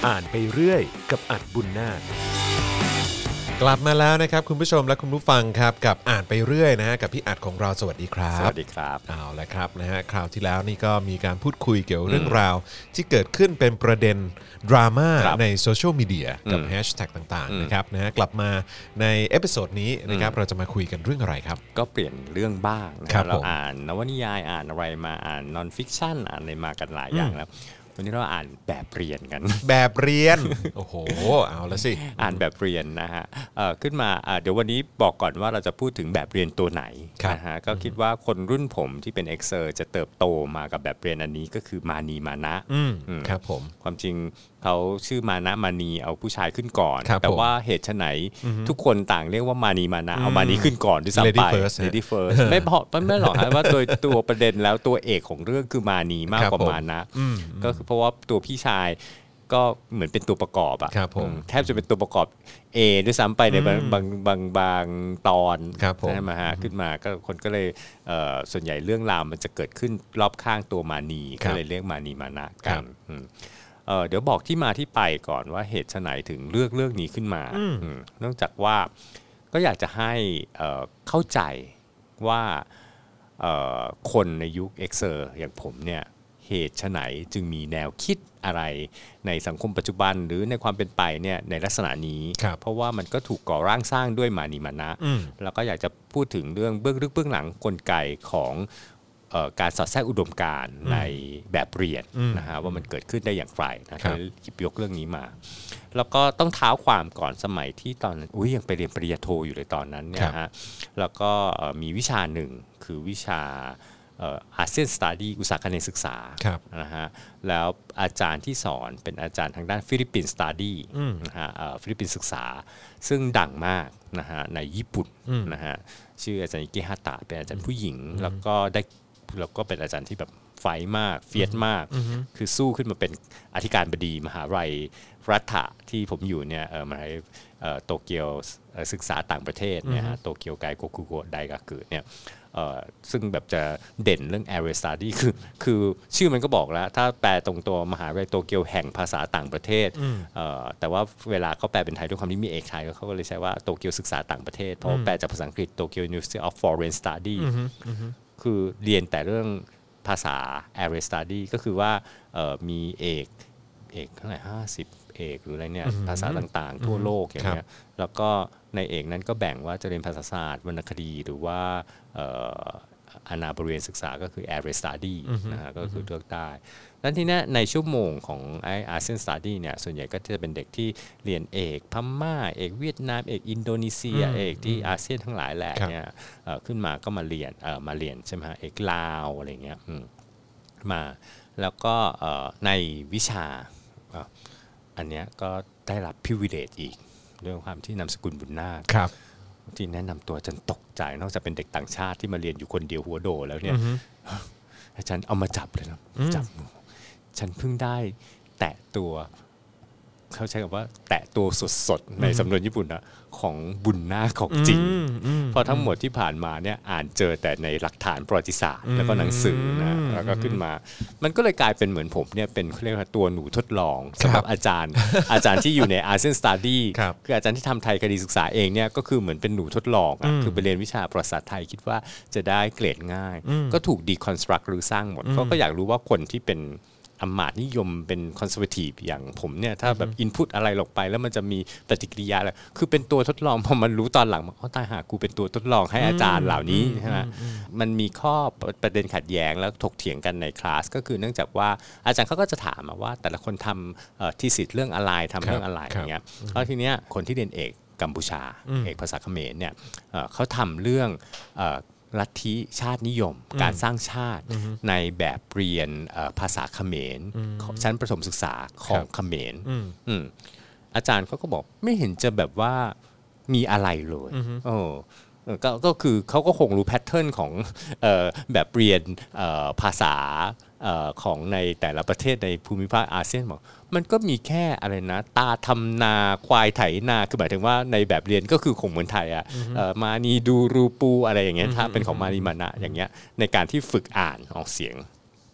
อ่านไปเรื่อยกับอัดบุญนาคกลับมาแล้วนะครับคุณผู้ชมและคุณผู้ฟังครับกับอ่านไปเรื่อยนะฮะกับพี่อัดของเราสวัสดีครับสวัสดีครับเอาละครับนะฮะคราวที่แล้วนี่ก็มีการพูดคุยเกี่ยวเรื่องราวที่เกิดขึ้นเป็นประเด็นดราม่าในโซเชียลมีเดียกับแฮชแท็กต่างๆนะครับนะฮะกลับมาในเอพิโซดนี้นะครับเราจะมาคุยกันเรื่องอะไรครับก็เปลี่ยนเรื่องบ้างนะเราอ่านนวนิยายอ่านอะไรมาอ่านนอนฟิกชันอ่านอะไรมากันหลายอย่างแล้ววันนี้เราอ่านแบบเรียนกันแบบเรียนโอ้โหเอาละสิอ่านแบบเรียนนะฮะขึ้นมาเดี๋ยววันนี้บอกก่อนว่าเราจะพูดถึงแบบเรียนตัวไหนนะฮะก็คิดว่าคนรุ่นผมที่เป็น Exer จะเติบโตมากับแบบเรียนอันนี้ก็คือมานีมานะครับผมความจริงเขาชื่อมานะมานีเอาผู้ชายขึ้นก่อนแต่ว่าเหตุไฉนทุกคนต่างเรียกว่ามานีมานะเอามานีขึ้นก่อนด้วยซ้ำไป Lady First ไม่พอไม่หรอกฮะว่าโดยตัวประเด็นแล้วตัวเอกของเรื่องคือมานีมากกว่ามานะก็คือเพราะว่าตัวพี่ชายก็เหมือนเป็นตัวประกอบอะแทบจะเป็นตัวประกอบ A ด้วยซ้ำไปในบางตอนใช่ไหมฮะขึ้นมาก็คนก็เลยส่วนใหญ่เรื่องราวมันจะเกิดขึ้นรอบข้างตัวมานีก็เลยเรียกมานีมานะกันเดี๋ยวบอกที่มาที่ไปก่อนว่าเหตุไฉนถึงเรื่องนี้ขึ้นมาเนื่องจากว่าก็อยากจะให้เข้าใจว่าคนในยุค Exer อย่างผมเนี่ยเหตุไฉนจึงมีแนวคิดอะไรในสังคมปัจจุบันหรือในความเป็นไปเนี่ยในลักษณะนี้เพราะว่ามันก็ถูกก่อร่างสร้างด้วยมานีมานะแล้วก็อยากจะพูดถึงเรื่องเบื้องลึกเบื้องหลังกลไกของการสอดแทรกอุดมการณ์ในแบบเรียนนะฮะว่ามันเกิดขึ้นได้อย่างไรนะหยิบยกเรื่องนี้มาแล้วก็ต้องเท้าความก่อนสมัยที่ตอนนั้นยังไปเรียนปริญญาโทอยู่เลยตอนนั้นเนี่ยฮะแล้วก็มีวิชาหนึ่งคือวิชาอาเซียนสตัดดี้อุตสาหกรรมศึกษานะฮะแล้วอาจารย์ที่สอนเป็นอาจารย์ทางด้านฟิลิปปินส์สตัดดี้นะฮะฟิลิปปินส์ศึกษาซึ่งดังมากนะฮะในญี่ปุ่นนะฮะชื่ออาจารย์อิเกฮาตะเป็นอาจารย์ผู้หญิงแล้วก็เป็นอาจารย์ที่แบบไฟมากเฟียสมากคือสู้ขึ้นมาเป็นอธิการบดีมหาวิทยาลัยรัฐะที่ผมอยู่เนี่ยมหาวิทยาลัยโตเกียวศึกษาต่างประเทศเนี่ยฮะโตเกียวไกโกคุโกะไดกากุเนี่ยซึ่งแบบจะเด่นเรื่อง area study คือชื่อมันก็บอกแล้วถ้าแปลตรงตัวมหาวิทยาลัยโตเกียวแห่งภาษาต่างประเทศแต่ว่าเวลาเขาแปลเป็นไทยด้วยความที่มีเอกไทยเขาก็เลยใช้ว่าโตเกียวศึกษาต่างประเทศเพราะแปลจากภาษาอังกฤษ Tokyo University of Foreign Study คือเรียนแต่เรื่องภาษา area study ก็คือว่ามีเอกเท่าไหร่50 เอกหรืออะไรเนี่ยภาษาต่างๆทั่วโลกอย่างเงี้ยแล้วก็ในเอกนั้นก็แบ่งว่าจะเรียนภาษาศาสตร์วรรณคดีหรือว่าอาณาบริเวณศึกษาก็คือ area study นะฮะก็คือเลือกได้แล้วทีนี้ในชั่วโมงของไอ้อาเซียนสตัดดี้เนี่ยส่วนใหญ่ก็จะเป็นเด็กที่เรียนเอกพม่าเอกเวียดนามเอกอินโดนีเซียเอกที่อาเซียนทั้งหลายแหละเนี่ยขึ้นมาก็มาเรียนใช่ไหมฮะเอกลาวอะไรเงี้ยมาแล้วก็ในวิชาอันเนี้ยก็ได้รับ privilege อีกเรื่องความที่นามสกุลบุญนาคที่แนะนำตัวจนตกใจนอกจากเป็นเด็กต่างชาติที่มาเรียนอยู่คนเดียวหัวโดแล้วเนี่ยอาจารย์เอามาจับเลยนะจับฉันเพิ่งได้แตะตัวเขาใช้คำว่าแตะตัวสดๆในสำนวนญี่ปุ่นนะของบุญนาคของจริงเพราะทั้งหมดที่ผ่านมาเนี่ยอ่านเจอแต่ในหลักฐานประวัติศาสตร์แล้วก็หนังสือนะแล้วก็ขึ้นมามันก็เลยกลายเป็นเหมือนผมเนี่ยเป็นเรียกว่าตัวหนูทดลองสำหรับอาจารย์ที่อยู่ในอาเซียนสตัดดี้คืออาจารย์ที่ทำไทยคดีศึกษาเองเนี่ยก็คือเหมือนเป็นหนูทดลองคือไปเรียนวิชาประวัติศาสตร์ไทยคิดว่าจะได้เกรดง่ายก็ถูกดีคอนสตรักหรือสร้างหมดก็อยากรู้ว่าคนที่เป็นอำมาตย์นิยมเป็นคอนเซอร์เวทีฟอย่างผมเนี่ยถ้าแบบอินพุตอะไรลงไปแล้วมันจะมีปฏิกิริยาอะไรคือเป็นตัวทดลองพอมันรู้ตอนหลังตายหากูเป็นตัวทดลองให้อาจารย์เหล่านี้ใช่ไหมมันมีข้อประเด็นขัดแย้งแล้วถกเถียงกันในคลาสก็คือเนื่องจากว่าอาจารย์เขาก็จะถามว่าแต่ละคนทำทีสิทธิ์เรื่องอะไรทำเรื่องอะไรอย่างเงี้ยแล้วทีเนี้ยคนที่เรียนเอกกัมพูชาเอกภาษาเขมรเนี่ยเขาทำเรื่องลัทธิชาตินิยมการสร้างชาติในแบบเรียนภาษาเขมรชั้นประถมศึกษาของเขมรอาจารย์เขาก็บอกไม่เห็นจะแบบว่ามีอะไรเลยก็คือเขาก็คงรู้แพทเทิร์นของแบบเรียนภาษาของในแต่ละประเทศในภูมิภาคอาเซียนบอกมันก็มีแค่อะไรนะตาทำนาควายไถนาคือหมายถึงว่าในแบบเรียนก็คือของเมืองไทยมานีดูรูปูอะไรอย่างเงี้ยถ้าเป็นของมานีมานะอย่างเงี้ยในการที่ฝึกอ่านออกเสียง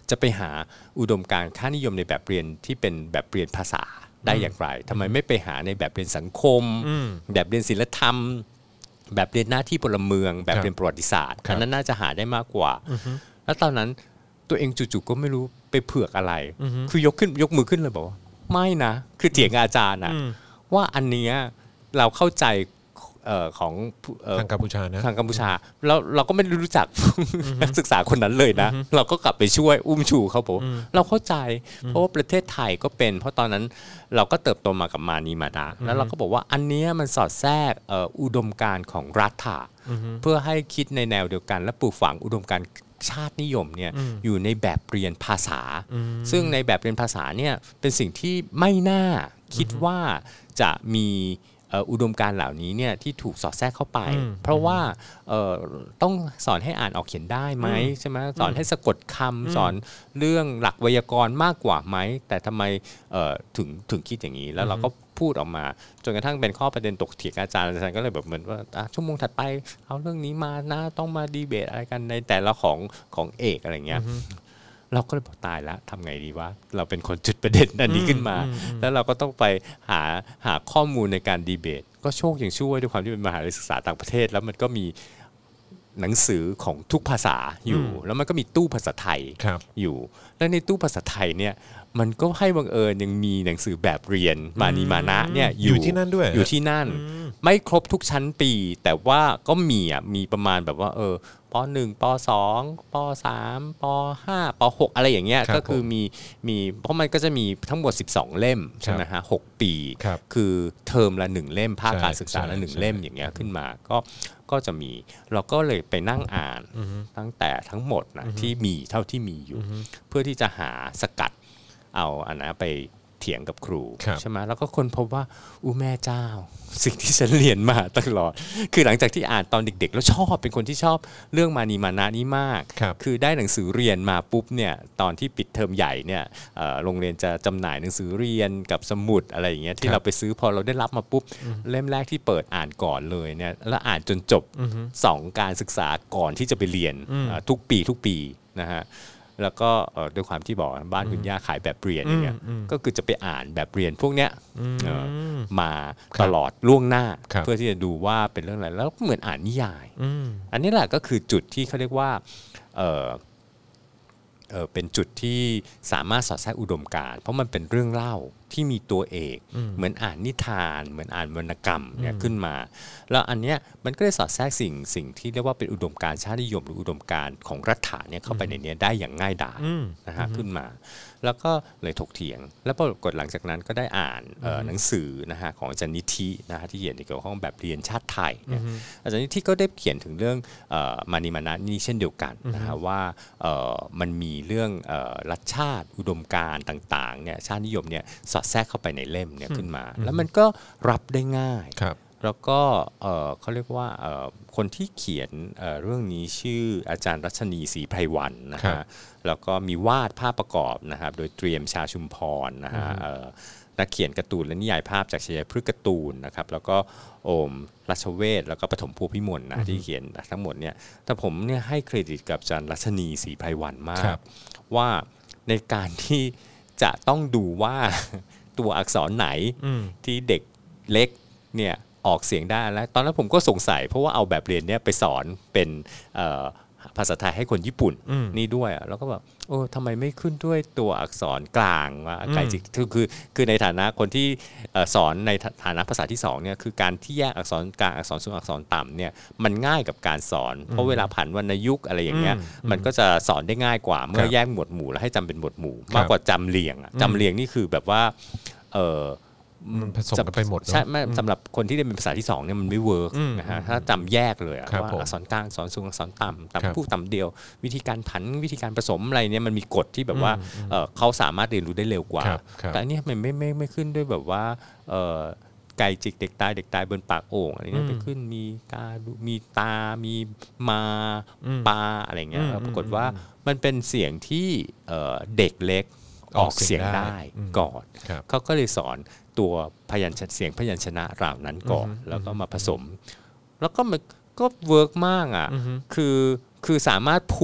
จะไปหาอุดมการณ์ค่านิยมในแบบเรียนที่เป็นแบบเรียนภาษาได้อย่างไรทำไมไม่ไปหาในแบบเรียนสังคมแบบเรียนศิลธรรมแบบเรียนหน้าที่พลเมืองแบบเรียนประวัติศาสตร์อันนั้นน่าจะหาได้มากกว่าแล้วตอนนั้นตัวเองจู่ๆก็ไม่รู้ไปเผือกอะไรคือยกมือขึ้นเลยบอกว่าไม่นะคือเถียงอาจารย์ว่าอันเนี้ยเราเข้าใจของทางกัมพูชานะทางกัมพูชาเราก็ไม่รู้จักนักศึกษาคนนั้นเลยนะเราก็กลับไปช่วยอุ้มชูเขาบอกเราเข้าใจเพราะว่าประเทศไทยก็เป็นเพราะตอนนั้นเราก็เติบโตมากับมานีมาดาแล้วเราก็บอกว่าอันนี้มันสอดแทรกอุดมการณ์ของรัฐะเพื่อให้คิดในแนวเดียวกันและปลูกฝังอุดมการณ์ชาตินิยมเนี่ยอยู่ในแบบเรียนภาษาซึ่งในแบบเรียนภาษาเนี่ยเป็นสิ่งที่ไม่น่าคิดว่าจะมีอุดมการณ์เหล่านี้เนี่ยที่ถูกสอดแทรกเข้าไปเพราะว่าต้องสอนให้อ่านออกเขียนได้ไหมใช่ไหมสอนให้สะกดคำสอนเรื่องหลักไวยากรณ์มากกว่าไหมแต่ทำไมถึงคิดอย่างนี้แล้วเราก็พูดออกมาจนกระทั่งเป็นข้อประเด็นตกเถียงอาจารย์ก็เลยแบบเหมือนว่าชั่วโมงถัดไปเอาเรื่องนี้มานะต้องมาดีเบตอะไรกันในแต่ละของเอกอะไรเงี้ยเราก็เลยบอกตายแล้วทำไงดีวะเราเป็นคนจุดประเด็นอันนี้ขึ้นมาแล้วเราก็ต้องไปหาข้อมูลในการดีเบตก็โชคยังช่วยด้วยความที่เป็นมหาวิทยาลัยศึกษาต่างประเทศแล้วมันก็มีหนังสือของทุกภาษาอยู่แล้วมันก็มีตู้ภาษาไทยอยู่แล้วในตู้ภาษาไทยเนี่ยมันก็ให้บังเอิญยังมีหนังสือแบบเรียนมานีมานะเนี่ยอยู่ที่นั่นด้วยอยู่ที่นั่นไม่ครบทุกชั้นปีแต่ว่าก็มีประมาณแบบว่าป.1 ป.2 ป.3 ป.5 ป.6 อะไรอย่างเงี้ยก็คือมีเพราะมันก็จะมีทั้งหมด12เล่มใช่ไหมฮะ6ปีคือเทอมละ1เล่มภาคการศึกษาละ1เล่มอย่างเงี้ยขึ้นมาก็จะมีเราก็เลยไปนั่งอ่านตั้งแต่ทั้งหมดนะที่มีเท่าที่มีอยู่เพื่อที่จะหาสกัดเอาอันนั้นไปเถียงกับครูใช่ไหมแล้วก็คนพบว่าแม่เจ้าสิ่งที่ฉันเรียนมาตลอดคือหลังจากที่อ่านตอนเด็กๆแล้วชอบเป็นคนที่ชอบเรื่องมานีมานะนี้มากคือได้หนังสือเรียนมาปุ๊บเนี่ยตอนที่ปิดเทอมใหญ่เนี่ยโรงเรียนจะจำหน่ายหนังสือเรียนกับสมุดอะไรอย่างเงี้ยที่เราไปซื้อพอเราได้รับมาปุ๊บเล่มแรกที่เปิดอ่านก่อนเลยเนี่ยแล้วอ่านจนจบ2การศึกษาก่อนที่จะไปเรียนทุกปีนะฮะแล้วก็ด้วยความที่บอกบ้านคุณย่าขายแบบเรียนอย่างเงี้ยก็คือจะไปอ่านแบบเรียนพวกเนี้ยมาตลอดล่วงหน้าเพื่อที่จะดูว่าเป็นเรื่องอะไรแล้วเหมือนอ่านนิยายอันนี้แหละก็คือจุดที่เขาเรียกว่าเป็นจุดที่สามารถสอดแทรกอุดมการณ์เพราะมันเป็นเรื่องเล่าที่มีตัวเอกเหมือนอ่านนิทานเหมือนอ่านวรรณกรรมเนี่ยขึ้นมาแล้วอันเนี้ยมันก็เลยสอดแทรกสิ่งที่เรียกว่าเป็นอุดมการณ์ชาตินิยมหรืออุดมการณ์ของรัฐะเนี่ยเข้าไปในนี้ได้อย่างง่ายดายนะฮะขึ้นมาแล้วก็เลยถกเถียงแล้วปรากฏหลังจากนั้นก็ได้อ่านหนังสือนะฮะของอาจารย์นิธินะฮะที่เขียนเกี่ยวกับแบบเรียนชาติไทยอาจารย์นิธิก็ได้เขียนถึงเรื่องมานีมานะนี่เช่นเดียวกันนะฮะว่ามันมีเรื่องรัฐชาติอุดมการณ์ต่างๆเนี่ยชาตินิยมเนี่ยสอดแทรกเข้าไปในเล่มเนี่ยขึ้นมาแล้วมันก็รับได้ง่ายแล้วก็เขาเรียกว่าคนที่เขียนเรื่องนี้ชื่ออาจารย์รัชนีศรีไพรวรรณนะฮะแล้วก็มีวาดภาพประกอบนะครับโดยเตรียมชาชุมพรนะฮะนักเขียนการ์ตูนและนิยายภาพจากชัยพฤกษ์การ์ตูนนะครับแล้วก็โอมรัชเวชแล้วก็ปฐมภูพิมลนะที่เขียนทั้งหมดเนี่ยแต่ผมเนี่ยให้เครดิตกับอาจารย์รัชนีศรีไพรวรรณมากว่าในการที่จะต้องดูว่าตัวอักษรไหนที่เด็กเล็กเนี่ยออกเสียงได้แล้วตอนนั้นผมก็สงสัยเพราะว่าเอาแบบเรียนเนี่ยไปสอนเป็นภาษาไทยให้คนญี่ปุ่นนี่ด้วยแล้วก็แบบทำไมไม่ขึ้นด้วยตัวอักษรกลางว่าไกจิคือในฐานะคนที่สอนในฐานะภาษาที่2เนี่ยคือการที่แยกอักษรกลางอักษรสูงอักษรต่ำเนี่ยมันง่ายกับการสอนเพราะเวลาผันวรรณยุกต์อะไรอย่างเงี้ยมันก็จะสอนได้ง่ายกว่าเมื่อแยกหมวดหมู่แล้วให้จำเป็นหมวดหมู่มากกว่าจำเรียงนี่คือแบบว่ามันผสมกันไปหมดใช่สำหรับคนที่เรียนเป็นภาษาที่2เนี่ยมันไม่เวิร์กนะฮะถ้าจำแยกเลยว่าอักษรกลางอักษรสูงอักษรต่ำผู้ต่ำเดียววิธีการผันวิธีการผสมอะไรเนี่ยมันมีกฎที่แบบว่าเขาสามารถเรียนรู้ได้เร็วกว่าแต่อันนี้มันไม่ขึ้นด้วยแบบว่าไก่จิกเด็กตายบนปากโอ่งอะไรเงี้ยไปขึ้นมีตามีมาปลาอะไรเงี้ยปรากฏว่ามันเป็นเสียงที่เด็กเล็กออกเสียงได้ก่อนเขาก็เลยสอนตัวเสียงพยัญชนะเหล่านั้นก่อนแล้วก็มาผสมแล้วก็มันก็เวิร์กมากอ่ะคือสามารถผูก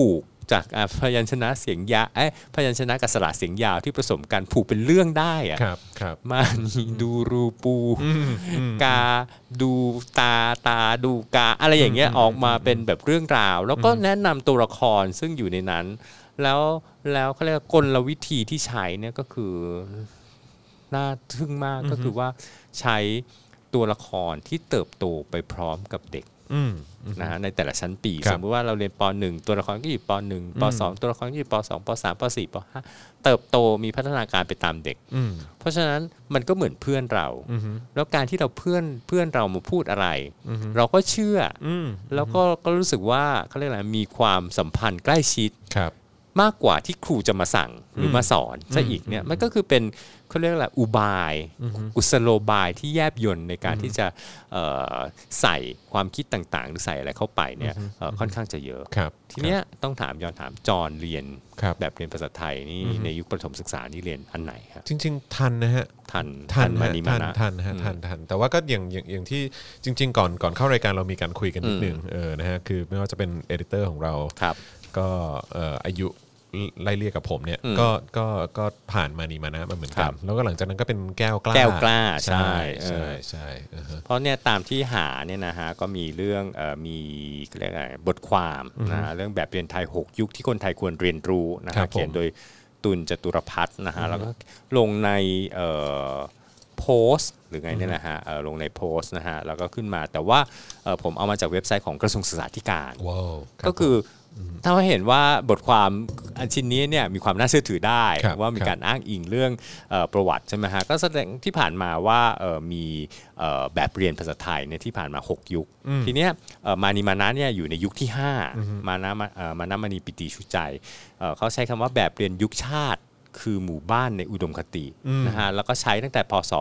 จากพยัญชนะเสียงยาวพยัญชนะกับสระเสียงยาวที่ผสมกันผูกเป็นเรื่องได้อะครับมานีดูรูปูกาดูตาดูกาอะไรอย่างเงี้ยออกมาเป็นแบบเรื่องราวแล้วก็แนะนำตัวละครซึ่งอยู่ในนั้นแล้วเขาเรียกกลวิธีที่ใช้เนี่ยก็คือน่าทึ่งมากก็คือว่าใช้ตัวละครที่เติบโตไปพร้อมกับเด็กนะฮะในแต่ละชั้นปีสมมติว่าเราเรียนป .1 ตัวละครก็อยู่ป .1 ป .2 ตัวละครก็อยู่ป .2 ป .3 ป .4 ป .5 เติบโตมีพัฒนาการไปตามเด็กเพราะฉะนั้นมันก็เหมือนเพื่อนเราแล้วการที่เราเพื่อนเรามาพูดอะไรเราก็เชื่อแล้วก็รู้สึกว่าเขาเรียกอะไรมีความสัมพันธ์ใกล้ชิดมากกว่าที่ครูจะมาสั่งหรือมาสอนซะอีกเนี่ยมันก็คือเป็นเขาเรียกอะไรอุบายกุศโลบายที่แยบยลในการที่จะใส่ความคิดต่างๆหรือใส่อะไรเข้าไปเนี่ยค่อนข้างจะเยอะทีเนี้ยต้องย้อนถามจอนเรียนแบบเรียนภาษาไทยนี่ในยุคประถมศึกษานี่เรียนอันไหนครับจริงๆทันนะฮะทันมานีมานะทันแต่ว่าก็อย่างที่จริงๆก่อนเข้ารายการเรามีการคุยกันนิดนึงนะฮะคือไม่ว่าจะเป็นเอดิเตอร์ของเราก็อายุไล่เรียกกับผมเนี่ยก็ผ่านมานีมานะมาเหมือนกันแล้วก็หลังจากนั้นก็เป็นแก้วกล้าใช่เพราะเนี่ยตามที่หาเนี่ยนะฮะก็มีเรื่องมีเรียกอะไรบทความนะเรื่องแบบเรียนไทย6ยุคที่คนไทยควรเรียนรู้นะฮะเขียนโดยตุลจตุรพัฒน์นะฮะแล้วก็ลงในโพสต์หรือไงเนี่ยนะฮะลงในโพสต์นะฮะแล้วก็ขึ้นมาแต่ว่าผมเอามาจากเว็บไซต์ของกระทรวงศึกษาธิการก็คือถ้าเห็นว่าบทความอันชิ้นนี้เนี่ยมีความน่าเชื่อถือได้ว่ามีการอ้างอิงเรื่องประวัติใช่ไหมฮะก็แสดงที่ผ่านมาว่ามีแบบเรียนภาษาไทยเนี่ยที่ผ่านมา6ยุคทีเนี้ยมานีมานะเนี่ยอยู่ในยุคที่5มานะมณีปิติชุใจเขาใช้คำว่าแบบเรียนยุคชาติคือหมู่บ้านในอุดมคตินะฮะแล้วก็ใช้ตั้งแต่พศ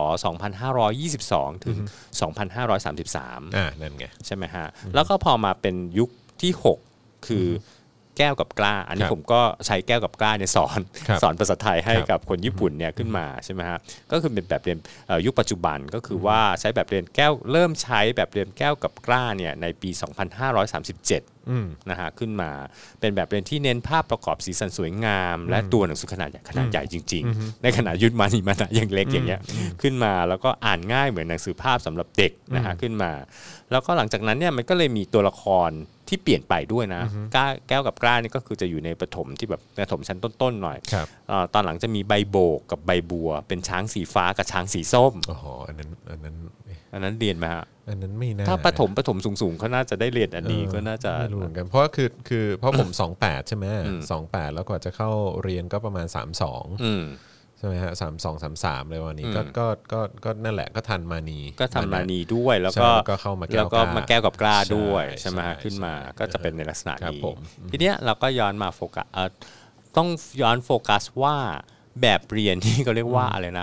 2522ถึง2533 นั่นไงใช่ไหมฮะแล้วก็พอมาเป็นยุคที่6คือแก้วกับกล้าอันนี้ผมก็ใช้แก้วกับกล้าเนี่ยสอนภาษาไทยให้กับคนญี่ปุ่นเนี่ยขึ้นมาใช่ไหมฮะก็คือเป็นแบบเรียนยุคปัจจุบันก็คือว่าใช้แบบเรียนแก้วเริ่มใช้แบบเรียนแก้วกับกล้าเนี่ยในปี2537นะฮะขึ้นมาเป็นแบบเรียนที่เน้นภาพประกอบสีสันสวยงามและตัวหนังสือขนาดใหญ่จริงๆในขณะยุทธมานีมานะยังเล็กอย่างเงี้ยขึ้นมาแล้วก็อ่านง่ายเหมือนหนังสือภาพสำหรับเด็กนะฮะขึ้นมาแล้วก็หลังจากนั้นเนี่ยมันก็เลยมีตัวละครที่เปลี่ยนไปด้วยนะแก้วกับกล้านี่ก็คือจะอยู่ในประถมที่แบบประถมชั้นต้นๆหน่อยตอนหลังจะมีใบโบกกับใบบัวเป็นช้างสีฟ้ากับช้างสีส้มอ๋ออันนั้นเรียนไหมฮะอันนั้นไม่น่าถ้าประถมสูงๆเขาน่าจะได้เรียนอันนี้ก็น่าจะไม่รู้เหมือนกันเพราะคือเพราะผม28ใช่ไหม28แล้วกว่าจะเข้าเรียนก็ประมาณ32ใช่ไหมฮะ32 33เลยวันนี้ก็นั่นแหละก็ทันมานีด้วยแล้วก็เข้ามาแล้วก็มาแก้วกับกล้าด้วยใช่ไหมฮะขึ้นมาก็จะเป็นในลักษณะนี้ทีเนี้ยเราก็ย้อนมาโฟกัสต้องย้อนโฟกัสว่าแบบเรียนที่เขาเรียกว่าอะไรนะ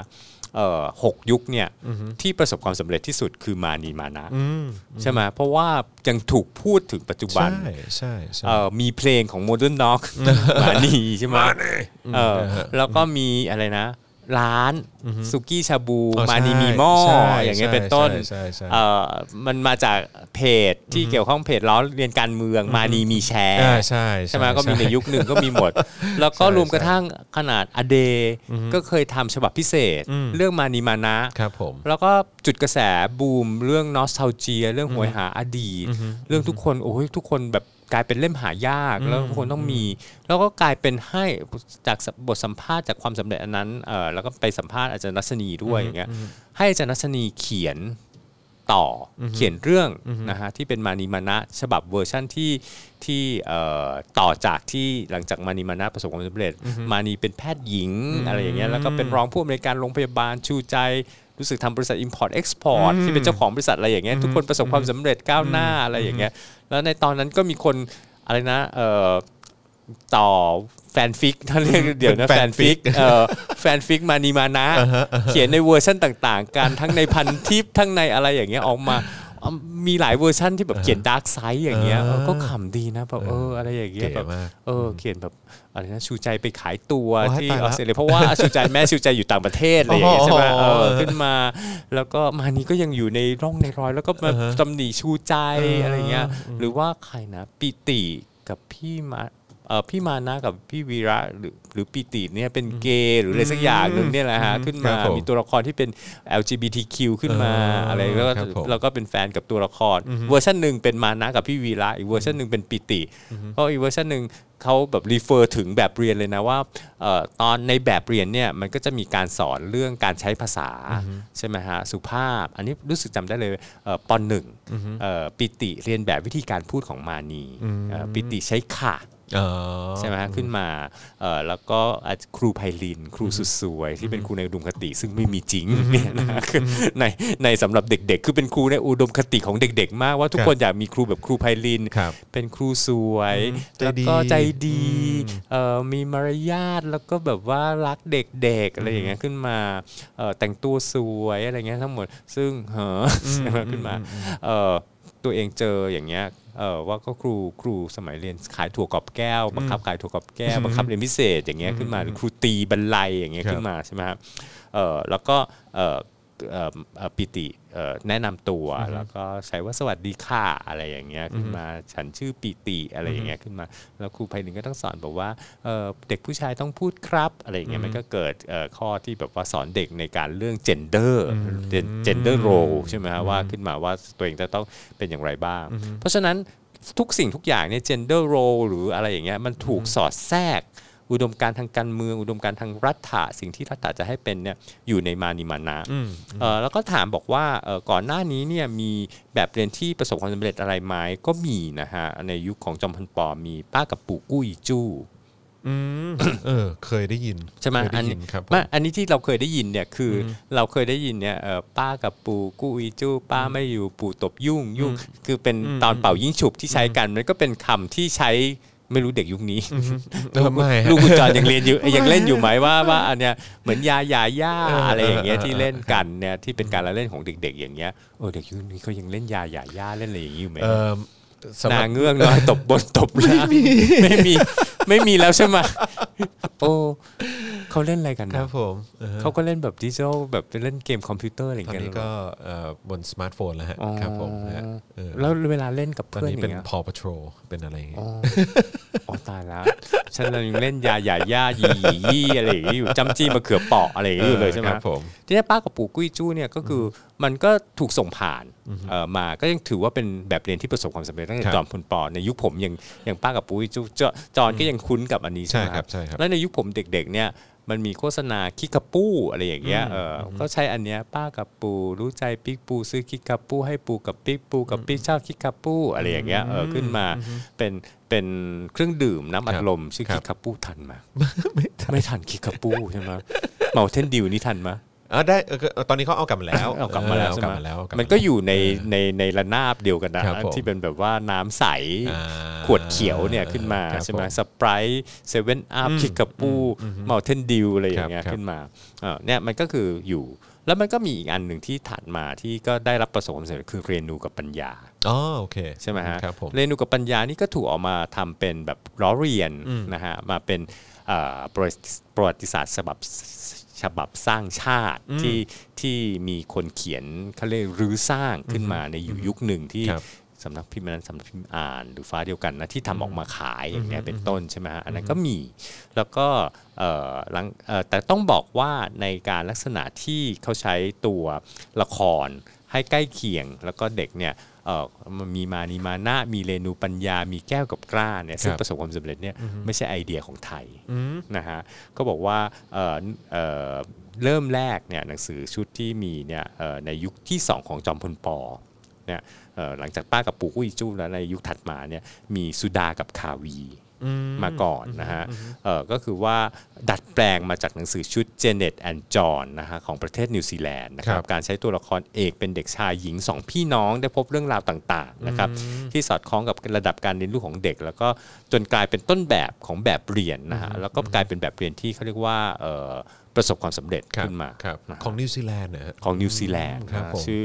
6ยุคเนี่ยที่ประสบความสำเร็จที่สุดคือมานีมานะใช่ไหมเพราะว่ายังถูกพูดถึงปัจจุบันใช่มีเพลงของ Modern Dog มานีใช่ไหมแล้วก็มีอะไรนะร้านสุกี้ชาบูมานีมีหม้ออย่างเงี้ยเป็นต้นมันมาจากเพจที่เกี่ยวข้องเพจล้อเรียนการเมืองมานีมีแชร์ใช่ไหมก็มีในยุคหนึ่งก็มีหมดแล้วก็รวมกระทั่งขนาดอเดก็เคยทำฉบับพิเศษเรื่องมานีมานะแล้วก็จุดกระแสบูมเรื่องนอสทัลเจียเรื่องหวยหาอดีตเรื่องทุกคนโอ้ยทุกคนแบบกลายเป็นเล่มหายากแล้วทุกคนต้องมีแล้วก็กลายเป็นให้จากบทสัมภาษณ์จากความสำเร็จอันนั้นแล้วก็ไปสัมภาษณ์อาจารย์รัชนีด้วยอย่างเงี้ยให้อาจารย์รัชนีเขียนเรื่องนะฮะที่เป็นมานีมานะฉบับเวอร์ชั่นที่ต่อจากที่หลังจากมานีมานะประสบความสำเร็จมานีเป็นแพทย์หญิงอะไรอย่างเงี้ยแล้วก็เป็นรองผู้อำนวยการโรงพยาบาลชูใจรู้สึกทำบริษัท Import Export ที่เป็นเจ้าของบริษัทอะไรอย่างเงี้ยทุกคนประสบความสำเร็จก้าวหน้าอะไรอย่างเงี้ยแล้วในตอนนั้นก็มีคนอะไรนะต่อแฟนฟิกท่านเรียกเดี๋ยวนะแฟนฟิกมานีมานะเขียนในเวอร์ชันต่างๆกันทั้งในพันทิปทั้งในอะไรอย่างเงี้ยออกมามีหลายเวอร์ชันที่แบบเขียนดาร์กไซด์อย่างเงี้ยก็ขำดีนะแบบอะไรอย่างเงี้ยแบบเขียนแบบอะไรนะชูใจไปขายตัวที่ออสเตรเลียเพราะว่าชูใจอยู่ต่างประเทศอะไรอย่างเงี้ยใช่ไหมขึ้นมาแล้วก็มานี่ก็ยังอยู่ในร่องในรอยแล้วก็มาตำหนิชูใจอะไรเงี้ยหรือว่าใครนะปิติกับพี่มาพี่มานะกับพี่วีระหรือปิติเนี่ยเป็นเกย์หรืออะไรสักอย่างนึงเนี่ยแหละฮะขึ้นมามีตัวละครที่เป็น LGBTQ ขึ้นมาอะไรแล้วก็เป็นแฟนกับตัวละครเวอร์ชันนึงเป็นมานะกับพี่วีระอีกเวอร์ชันนึงเป็นปิติเพราะอีกเวอร์ชันนึงเขาแบบรีเฟอร์ถึงแบบเรียนเลยนะว่าตอนในแบบเรียนเนี่ยมันก็จะมีการสอนเรื่องการใช้ภาษาใช่ไหมฮะสุภาพอันนี้รู้สึกจำได้เลยป.1 ปิติเรียนแบบวิธีการพูดของมานีปิติใช้ค่ะใช่ไหมฮะขึ้นมาแล้วก็ครูไพลินครูสุดสวยที่เป็นครูในอุดมคติซึ่งไม่มีจริงเนี่ยนะในสำหรับเด็กๆคือเป็นครูในอุดมคติของเด็กๆมากว่าทุกคนอยากมีครูแบบครูไพลินเป็นครูสวยแล้วก็ใจดีมีมารยาทแล้วก็แบบว่ารักเด็กๆอะไรอย่างเงี้ยขึ้นมาแต่งตัวสวยอะไรเงี้ยทั้งหมดซึ่งขึ้นมาตัวเองเจออย่างเงี้ยว่าก็ครูสมัยเรียนขายถั่วกรอบแก้วบังคับขายถั่วกรอบแก้วบังคับเรียนพิเศษอย่างเงี้ยขึ้นมาหรือครูตีบรรลัยอย่างเงี้ยขึ้นมาใช่ไหมครับแล้วก็ปิติแนะนำตัวแล้วก็ใช้ว่าสวัสดีค่ะอะไรอย่างเงี้ยขึ้นมาฉันชื่อปิติอะไรอย่างเงี้ยขึ้นมาแล้วครูไพลินก็ต้องสอนบอกว่าเด็กผู้ชายต้องพูดครับอะไรอย่างเงี้ยมันก็เกิดข้อที่แบบว่าสอนเด็กในการเรื่อง gender role ใช่ไหมฮะว่าขึ้นมาว่าตัวเองจะต้องเป็นอย่างไรบ้างเพราะฉะนั้นทุกสิ่งทุกอย่างเนี่ย gender role หรืออะไรอย่างเงี้ยมันถูกสอดแทรกอุดมการณ์ทางการเมืองอุดมการณ์ทางรัฐะสิ่งที่รัฐะจะให้เป็นเนี่ยอยู่ในมานิมานะแล้วก็ถามบอกว่าก่อนหน้านี้เนี่ยมีแบบเรียนที่ประสบความสำเร็จอะไรไหมก็มีนะฮะในยุคของจอมพลป.มีป้ากับปู่กู้อีจู้เคยได้ยินใช่ไหมอันนี้ที่เราเคยได้ยินเนี่ยคือเราเคยได้ยินเนี่ยป้ากับปู่กู้อีจู้ป้าไม่อยู่ปู่ตบยุ่งคือเป็นตอนเป่ายิ่งฉุบที่ใช้กันมันก็เป็นคำที่ใช้ไม่รู้เด็กยุคนี้ลูกคุณจอนยังเรียนอยู่ยังเล่นอยู่ไหมว่าอันเนี้ยเหมือนยาอะไรอย่างเงี้ยที่เล่นกันเนี่ยที่เป็นการละเล่นของเด็กๆอย่างเงี้ยเด็กยุคนี้เขายังเล่นยาเล่นอะไรอย่างงี้อยู่ไหมนาเงือกน้อยตบบนตบล่างไม่มีแล้วใช่ไหมโอ้เขาเล่นอะไรกันนะครับผมเขาก็เล่นแบบดิจิทัลแบบเป็นเล่นเกมคอมพิวเตอร์อะไรอย่างเงี้ยตอนนี้ก็บนสมาร์ทโฟนแล้วฮะครับผมแล้วเวลาเล่นกับเพื่อนอย่างเงี้ยตอนนี้เป็น Paw Patrol เป็นอะไรอย่างเงี้ยตายแล้วฉันยังเล่นยายี่อะไรอย่างเงี้ยอยู่จำจี้มะเขือเปาะอะไรอย่างเงี้ยอยู่เลยใช่ไหมครับผมที่นี่ป้ากับปู่กุ้ยจู้เนี่ยก็คือมันก็ถูกส่งผ่านมาก็ยังถือว่าเป็นแบบเรียนที่ประสบความสำเร็จตั้งแต่จอมพลป.ในยุคผมยังป้ากับปู่กุ้ยจู้จอนก็ยังคุ้นกับอันนี้ใช่ไหมครับแล้วในยุคผมเด็กๆเนี่ยมันมีโฆษณาคิกาปูอะไรอย่างเงี้ยก็ใช้อันเนี้ยป้ากับปูรู้ใจปิ๊กปูซื้อคิกาปูให้ปูกับปิ๊กปูกับปิ๊กชอบคิกาปูอะไรอย่างเงี้ยขึ้นมาเป็นเครื่องดื่มน้ำอัดลมชื่อคิกาปูทันมาไม่ทันคิกาปูใช่ไหมเมาเทนดิวนี่ทันมาได้ตอนนี้เขาเอากลับมาแล้วใช่ไหมมันก็อยู่ในระนาบเดียวกันนะที่เป็นแบบว่าน้ำใสขวดเขียวเนี่ยขึ้นมาใช่ไหมสไปร์เซเว่นอัพคิกาปูเมาเทนดิวอะไรอย่างเงี้ยขึ้นมาเนี่ยมันก็คืออยู่แล้วมันก็มีอีกอันหนึ่งที่ถัดมาที่ก็ได้รับประสบความสำเร็จคือเรียนรู้กับปัญญาโอเคใช่ไหมฮะเรียนรู้กับปัญญานี่ก็ถูกออกมาทำเป็นแบบล้อเรียนนะฮะมาเป็นประวัติศาสตร์ฉบับสร้างชาติที่มีคนเขียนเขาเรียกรื้อสร้างขึ้นมาในยุคหนึ่งที่สำนักพิมพ์นั้นสำนักพิมพ์อ่านหรือฟ้าเดียวกันนะที่ทำออกมาขายอย่างนี้เป็นต้นใช่ไหมฮะอันนั้นก็มีแล้วก็แต่ต้องบอกว่าในการลักษณะที่เขาใช้ตัวละครให้ใกล้เคียงแล้วก็เด็กเนี่ยมีมานีมานะมีเรนูปัญญามีแก้วกับกล้าเนี่ยซึ่งประสบความสำเร็จเนี่ยไม่ใช่ไอเดียของไทยนะฮะก็บอกว่าเริ่มแรกเนี่ยหนังสือชุดที่มีเนี่ยในยุคที่2ของจอมพลป.เนี่ยหลังจากป้ากับปู่กุ้ยจู้แล้วในยุคถัดมาเนี่ยมีสุดากับคาวีมาก่อนนะฮะก็คือว่าดัดแปลงมาจากหนังสือชุด Janet and John นะฮะของประเทศนิวซีแลนด์นะครับการใช้ตัวละครเอกเป็นเด็กชายหญิง2พี่น้องได้พบเรื่องราวต่างๆนะครับที่สอดคล้องกับระดับการเรียนรู้ของเด็กแล้วก็จนกลายเป็นต้นแบบของแบบเรียนนะฮะแล้วก็กลายเป็นแบบเรียนที่เขาเรียกว่าประสบความสำเร็จขึ้นมาของนิวซีแลนด์นะของนิวซีแลนด์ชื่อ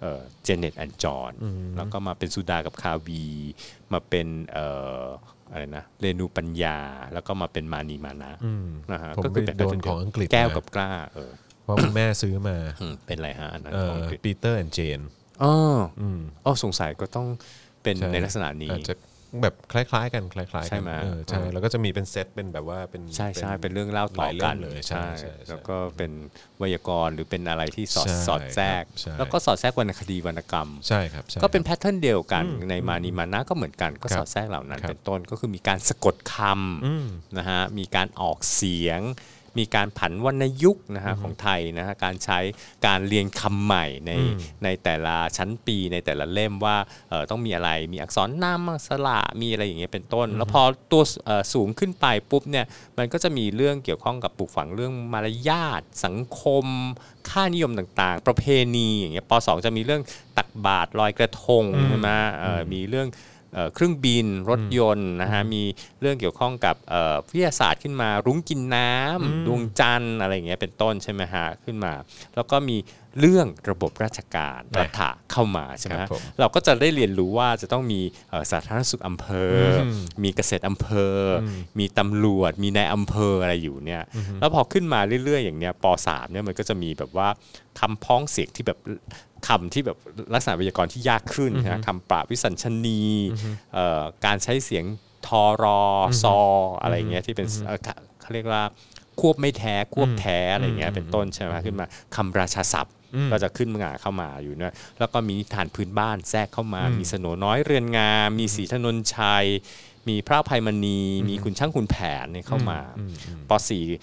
Janet and John แล้วก็มาเป็นสุดากับคาวีมาเป็นอะไรนะเรนูปัญญาแล้วก็มาเป็นมานีมานะนะฮะก็คือเป็นโดนของอังกฤษแก้วกับกล้าเพราะแม่ซื้อมาเป็นอะไรฮะอันนั้นปีเตอร์แอนด์เจนสงสัยก็ต้องเป็นในลักษณะนี้แบบคล้ายๆกันคล้ายๆใช่ไหมใช่แล้วก็จะมีเป็นเซตเป็นแบบว่าเป็นใช่เป็นเรื่องเล่าต่อกันเลยใช่แล้วก็เป็นไวยากรณ์หรือเป็นอะไรที่สอดแทรกใช่แล้วก็สอดแทรกวรรณคดีวรรณกรรมใช่ครับก็เป็นแพทเทิร์นเดียวกันในมานีมานะก็เหมือนกันก็สอดแทรกเหล่านั้นเป็นต้นก็คือมีการสะกดคำนะฮะมีการออกเสียงมีการผันวรรณยุกต์นะฮะของไทยนะฮะการใช้การเรียงคำใหม่ในแต่ละชั้นปีในแต่ละเล่มว่าต้องมีอะไรมีอักษรนามสระมีอะไรอย่างเงี้ยเป็นต้นแล้วพอตัวสูงขึ้นไปปุ๊บเนี่ยมันก็จะมีเรื่องเกี่ยวข้องกับปลูกฝังเรื่องมารยาทสังคมค่านิยมต่างๆประเพณีอย่างเงี้ยป.2 จะมีเรื่องตักบาตรลอยกระทงใช่ไหมมีเรื่องเครื่องบินรถยนต์นะฮะมีเรื่องเกี่ยวข้องกับวิทยาศาสตร์ขึ้นมารุ้งกินน้ำดวงจันทร์อะไรอย่างเงี้ยเป็นต้นใช่ไหมฮะขึ้นมาแล้วก็มีเรื่องระบบราชการรัฐะเข้ามาใช่ไหมเราก็จะได้เรียนรู้ว่าจะต้องมีสาธารณสุขอำเภอมีเกษตรอำเภอมีตำรวจมีนายอำเภออะไรอยู่เนี่ยแล้วพอขึ้นมาเรื่อยๆอย่างเนี้ยป.3 เนี่ยมันก็จะมีแบบว่าคำพ้องเสียงที่แบบคำที่แบบลักษณะไวยากรณ์ที่ยากขึ้นนะคำปราบวิสัญชนีการใช้เสียงทอรอซออะไรเงี้ยที่เป็นเขาเรียกว่าควบไม่แท้ควบแท้อะไรเงี้ยเป็นต้นใช่ไหมขึ้นมาคำราชาศัพท์ก็จะขึ้นมาเข้ามาอยู่นะแล้วก็มีนิทานพื้นบ้านแทรกเข้ามามีสโนน้อยเรือนงามมีศรีถนนชัยมีพระอภัยมณีมีคุณช่างคุณแผนเนี่ยเข้ามาป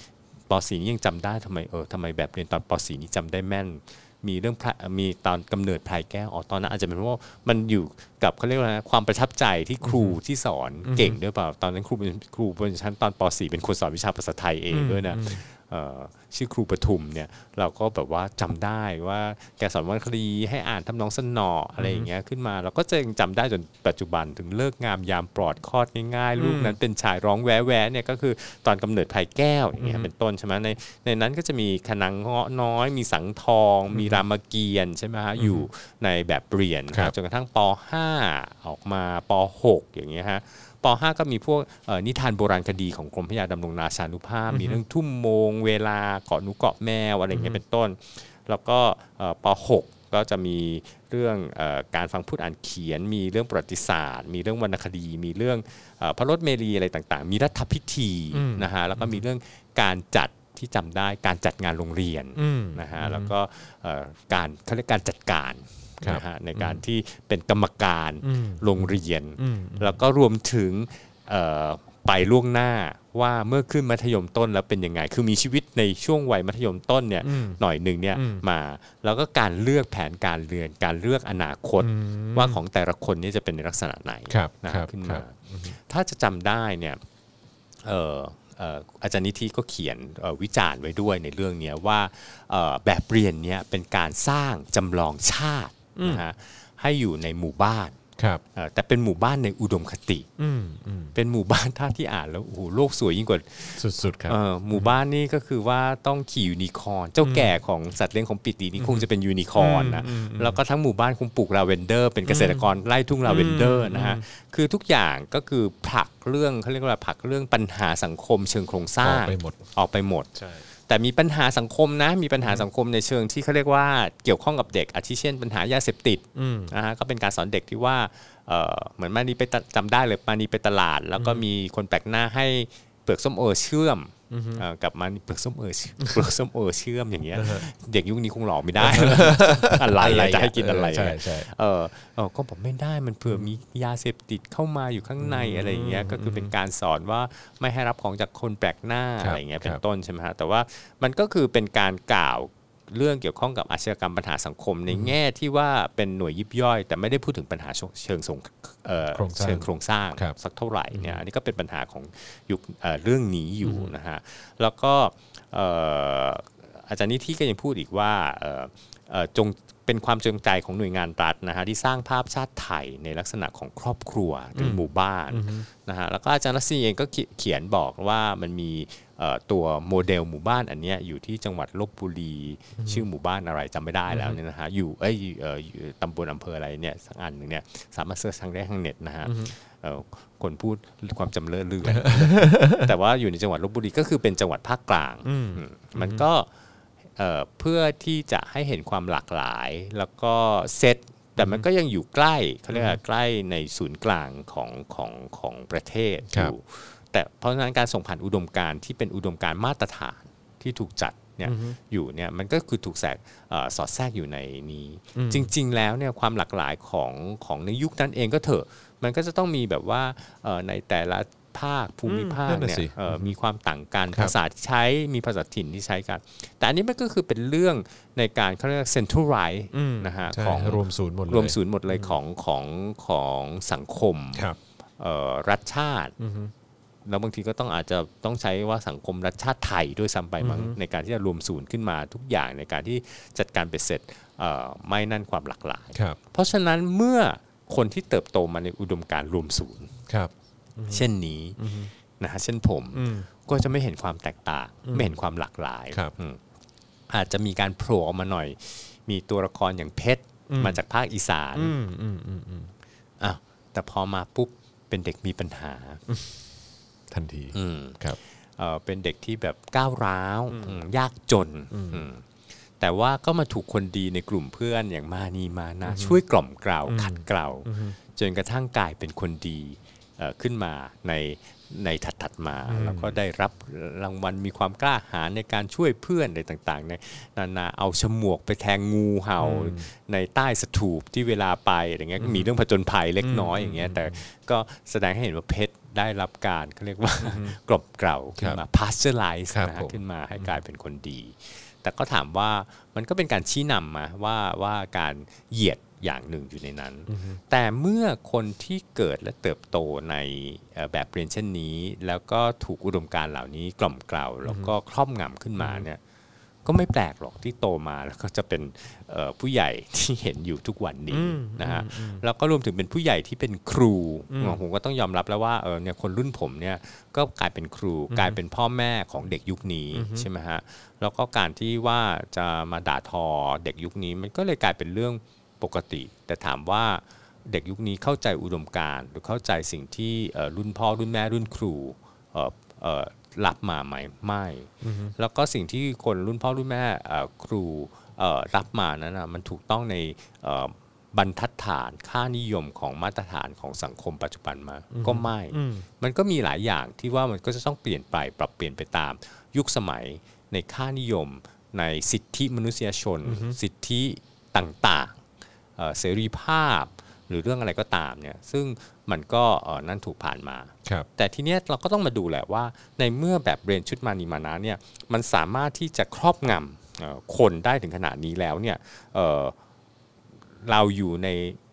.4 นี่ยังจำได้ทำไมแบบเรียนตอนป.4 นี่จำได้แม่นมีเรื่องมีตอนกำเนิดพลายแก้วตอนนั้นอาจจะเป็นเพราะว่ามันอยู่กับเขาเรียกว่าความประทับใจที่ครูที่สอนเก่งด้วยเปล่าตอนนั้นครูเป็นชั้นตอนป.4 เป็นคนสอนวิชาภาษาไทยเองด้วยนะชื่อครูปทุมเนี่ยเราก็แบบว่าจำได้ว่าแกสอนวรรณคดีให้อ่านทำนองสนออะไรอย่างเงี้ยขึ้นมาเราก็จะยังจำได้จนปัจจุบันถึงเลิกงามยามปลอดคลอดง่ายๆลูกนั้นเป็นชายร้องแวะเนี่ยก็คือตอนกำเนิดพลายแก้วอย่างเงี้ยเป็นต้นใช่ไหมในนั้นก็จะมีขนังเงาะน้อยมีสังทองมีรามเกียรติ์ใช่ไหมฮะอยู่ในแบบเปลี่ยนจนกระทั่งป.5 ออกมาป.6 อย่างเงี้ยฮะป.5 ก็มีพวกนิทานโบราณคดีของกรมพระยาดำรงราชานุภาพมีเรื่องทุ่มโมงเวลาเกาะหนูเกาะแมวอะไรอย่างเงี้ยเป็นต้นแล้วก็ป.6 ก็จะมีเรื่องการฟังพูดอ่านเขียนมีเรื่องประวัติศาสตร์มีเรื่องวรรณคดีมีเรื่องพระรถเมลีอะไรต่างๆมีรัฐพิธีนะฮะแล้วก็มีเรื่องการจัดที่จำได้การจัดงานโรงเรียนนะฮะแล้วก็การเขาเรียกการจัดการนะฮะในการที่เป็นกรรมการโรงเรียนแล้วก็รวมถึงไปล่วงหน้าว่าเมื่อขึ้นมัธยมต้นแล้วเป็นยังไงคือมีชีวิตในช่วงวัยมัธยมต้นเนี่ยหน่อยหนึ่งเนี่ยมาแล้วก็การเลือกแผนการเรียนการเลือกอนาคตว่าของแต่ละคนนี่จะเป็นในลักษณะไหนนะขึ้นมาถ้าจะจำได้เนี่ยอาจารย์นิธิก็เขียนวิจารณ์ไว้ด้วยในเรื่องนี้ว่าแบบเรียนนี้เป็นการสร้างจำลองชาตินะฮะให้อยู่ในหมู่บ้านแต่เป็นหมู่บ้านในอุดมคติเป็นหมู่บ้านท่าที่อ่านแล้วโอ้โหโลกสวยยิ่งกว่าสุดๆครับหมู่บ้านนี่ก็คือว่าต้องขี่ยูนิคอร์นเจ้าแก่ของสัตว์เลี้ยงของปิตินี่คงจะเป็นยูนิคอร์นนะแล้วก็ทั้งหมู่บ้านคงปลูกลาเวนเดอร์เป็นเกษตรกรไล่ทุ่งลาเวนเดอร์นะฮะคือทุกอย่างก็คือผลักเรื่องเขาเรียกว่าผลักเรื่องปัญหาสังคมเชิงโครงสร้างออกไปหมดแต่มีปัญหาสังคมนะมีปัญหาสังคมในเชิงที่เขาเรียกว่าเกี่ยวข้องกับเด็กอาทิเช่นปัญหายาเสพติดนะฮะก็เป็นการสอนเด็กที่ว่าเหมือนมานีไปจำได้เลยมานีไปตลาดแล้วก็มีคนแปลกหน้าให้เปลือกส้มโอเชื่อมกับมานีเปลือกส้มโอเชื่อมอย่างเงี้ยเด็กยุคนี้คงหลอกไม่ได้อะไรจะให้กินอะไรก็บอกไม่ได้มันเผื่อมียาเสพติดเข้ามาอยู่ข้างในอะไรอย่างเงี้ยก็คือเป็นการสอนว่าไม่ให้รับของจากคนแปลกหน้าอะไรอย่างเงี้ยเป็นต้นใช่ไหมฮะแต่ว่ามันก็คือเป็นการกล่าวเรื่องเกี่ยวข้องกับอาชญากรรมปัญหาสังคมในแง่ที่ว่าเป็นหน่วยยิบย่อยแต่ไม่ได้พูดถึงปัญหาเชิงโครงสร้างสักเท่าไหร่เนี่ยอันนี้ก็เป็นปัญหาของยุคเรื่องนี้อยู่นะฮะแล้วก็อาจารย์นิธิก็ยังพูดอีกว่าจงเป็นความจงใจของหน่วยงานรัฐนะฮะที่สร้างภาพชาติไทยในลักษณะของครอบครัวหรือหมู่บ้านนะฮะแล้วก็อาจารย์รัศมีเองก็เขียนบอกว่ามันมีตัวโมเดลหมู่บ้านอันนี้อยู่ที่จังหวัดลพบุรีชื่อหมู่บ้านอะไรจำไม่ได้แล้วเนี่ยนะฮะอยู่ตำบลอำเภออะไรเนี่ยสักอันหนึ่งเนี่ยสามารถเสิร์ชทางได้ทางเน็ตนะฮะคนพูดความจำเลื่อน แต่ว่าอยู่ในจังหวัดลพบุรีก็คือเป็นจังหวัดภาคกลางมันก็เพื่อที่จะให้เห็นความหลากหลายแล้วก็เซตแต่มันก็ยังอยู่ใกล้เขาเรียกว่าใกล้ในศูนย์กลางของประเทศอยู่แต่เพราะฉะนั้นการส่งผ่านอุดมการณ์ที่เป็นอุดมการณ์มาตรฐานที่ถูกจัดเนี่ยอยู่เนี่ยมันก็คือถูกสอดแทรกอยู่ในนี้จริงๆแล้วเนี่ยความหลากหลายของในยุคนั้นเองก็เถอะมันก็จะต้องมีแบบว่าในแต่ละภาคภูมิภาคเนี่ยมีความต่างกันภาษาที่ใช้มีภาษาถิ่นที่ใช้กันแต่อันนี้มันก็คือเป็นเรื่องในการเขาเรียก centralize นะฮะของรวมศูนย์หมดเลยของสังคมรัฐชาติแล้วบางทีก็อาจจะต้องใช้ว่าสังคมรัฐชาติไทยด้วยซ้ำไปมั้งในการที่จะรวมศูนย์ขึ้นมาทุกอย่างในการที่จัดการเป็นเสร็จไม่นั่นความหลากหลายเพราะฉะนั้นเมื่อคนที่เติบโตมาในอุดมการณ์รวมศูนย์เช่นนี้นะฮะเช่นผมก็จะไม่เห็นความแตกต่างไม่เห็นความหลากหลายอาจจะมีการโผล่ออกมาหน่อยมีตัวละครอย่างเพชรมาจากภาคอีสานแต่พอมาปุ๊บเป็นเด็กมีปัญหาทันทีครับเป็นเด็กที่แบบก้าวร้าวยากจนแต่ว่าก็มาถูกคนดีในกลุ่มเพื่อนอย่างมานีมานะช่วยกล่อมเกลาขัดเกลาจนกระทั่งกลายเป็นคนดีขึ้นมาในถัดมาแล้วก็ได้รับรางวัลมีความกล้าหาญในการช่วยเพื่อนอะไรต่างๆในนานาเอาฉมวกไปแทงงูเห่าในใต้สถูปที่เวลาไปอย่างเงี้ยมีเรื่องผจญภัยเล็กน้อยอย่างเงี้ยแต่ก็แสดงให้เห็นว่าเพชรได้รับการเขาเรียกว่ากลบเกลาขึ้นมา pasteurize ขึ้นมาให้กลายเป็นคนดีแต่ก็ถามว่ามันก็เป็นการชี้นำมาว่าการเหยียดอย่างหนึ่งอยู่ในนั้นแต่เมื่อคนที่เกิดและเติบโตในแบบเรียนเช่นนี้แล้วก็ถูกอุดมการณ์เหล่านี้กล่อมเกลาแล้วก็ครอบงำขึ้นมาเนี่ยก็ไม่แปลกหรอกที่โตมาแล้วก็จะเป็นผู้ใหญ่ที่เห็นอยู่ทุกวันนี้นะฮะแล้วก็รวมถึงเป็นผู้ใหญ่ที่เป็นครูผมก็ต้องยอมรับแล้วว่าเนี่ยคนรุ่นผมเนี่ยก็กลายเป็นครูกลายเป็นพ่อแม่ของเด็กยุคนี้ใช่ไหมฮะแล้วก็การที่ว่าจะมาด่าทอเด็กยุคนี้มันก็เลยกลายเป็นเรื่องปกติแต่ถามว่าเด็กยุคนี้เข้าใจอุดมการณ์หรือเข้าใจสิ่งที่รุ่นพ่อรุ่นแม่รุ่นครูรับมาไหมไม่แล้วก็สิ่งที่คนรุ่นพ่อรุ่นแม่ครูรับมานั้นนะมันถูกต้องในบรรทัดฐานค่านิยมของมาตรฐานของสังคมปัจจุบันมาก็ไม่มันก็มีหลายอย่างที่ว่ามันก็จะต้องเปลี่ยนไปปรับเปลี่ยนไปตามยุคสมัยในค่านิยมในสิทธิมนุษยชนสิทธิต่างๆเสรีภาพหรือเรื่องอะไรก็ตามเนี่ยซึ่งมันก็นั่นถูกผ่านมาแต่ทีเนี้ยเราก็ต้องมาดูแหละว่าในเมื่อแบบเรียนชุดมานีมานะเนี่ยมันสามารถที่จะครอบงำคนได้ถึงขนาดนี้แล้วเนี่ยเราอยู่ใน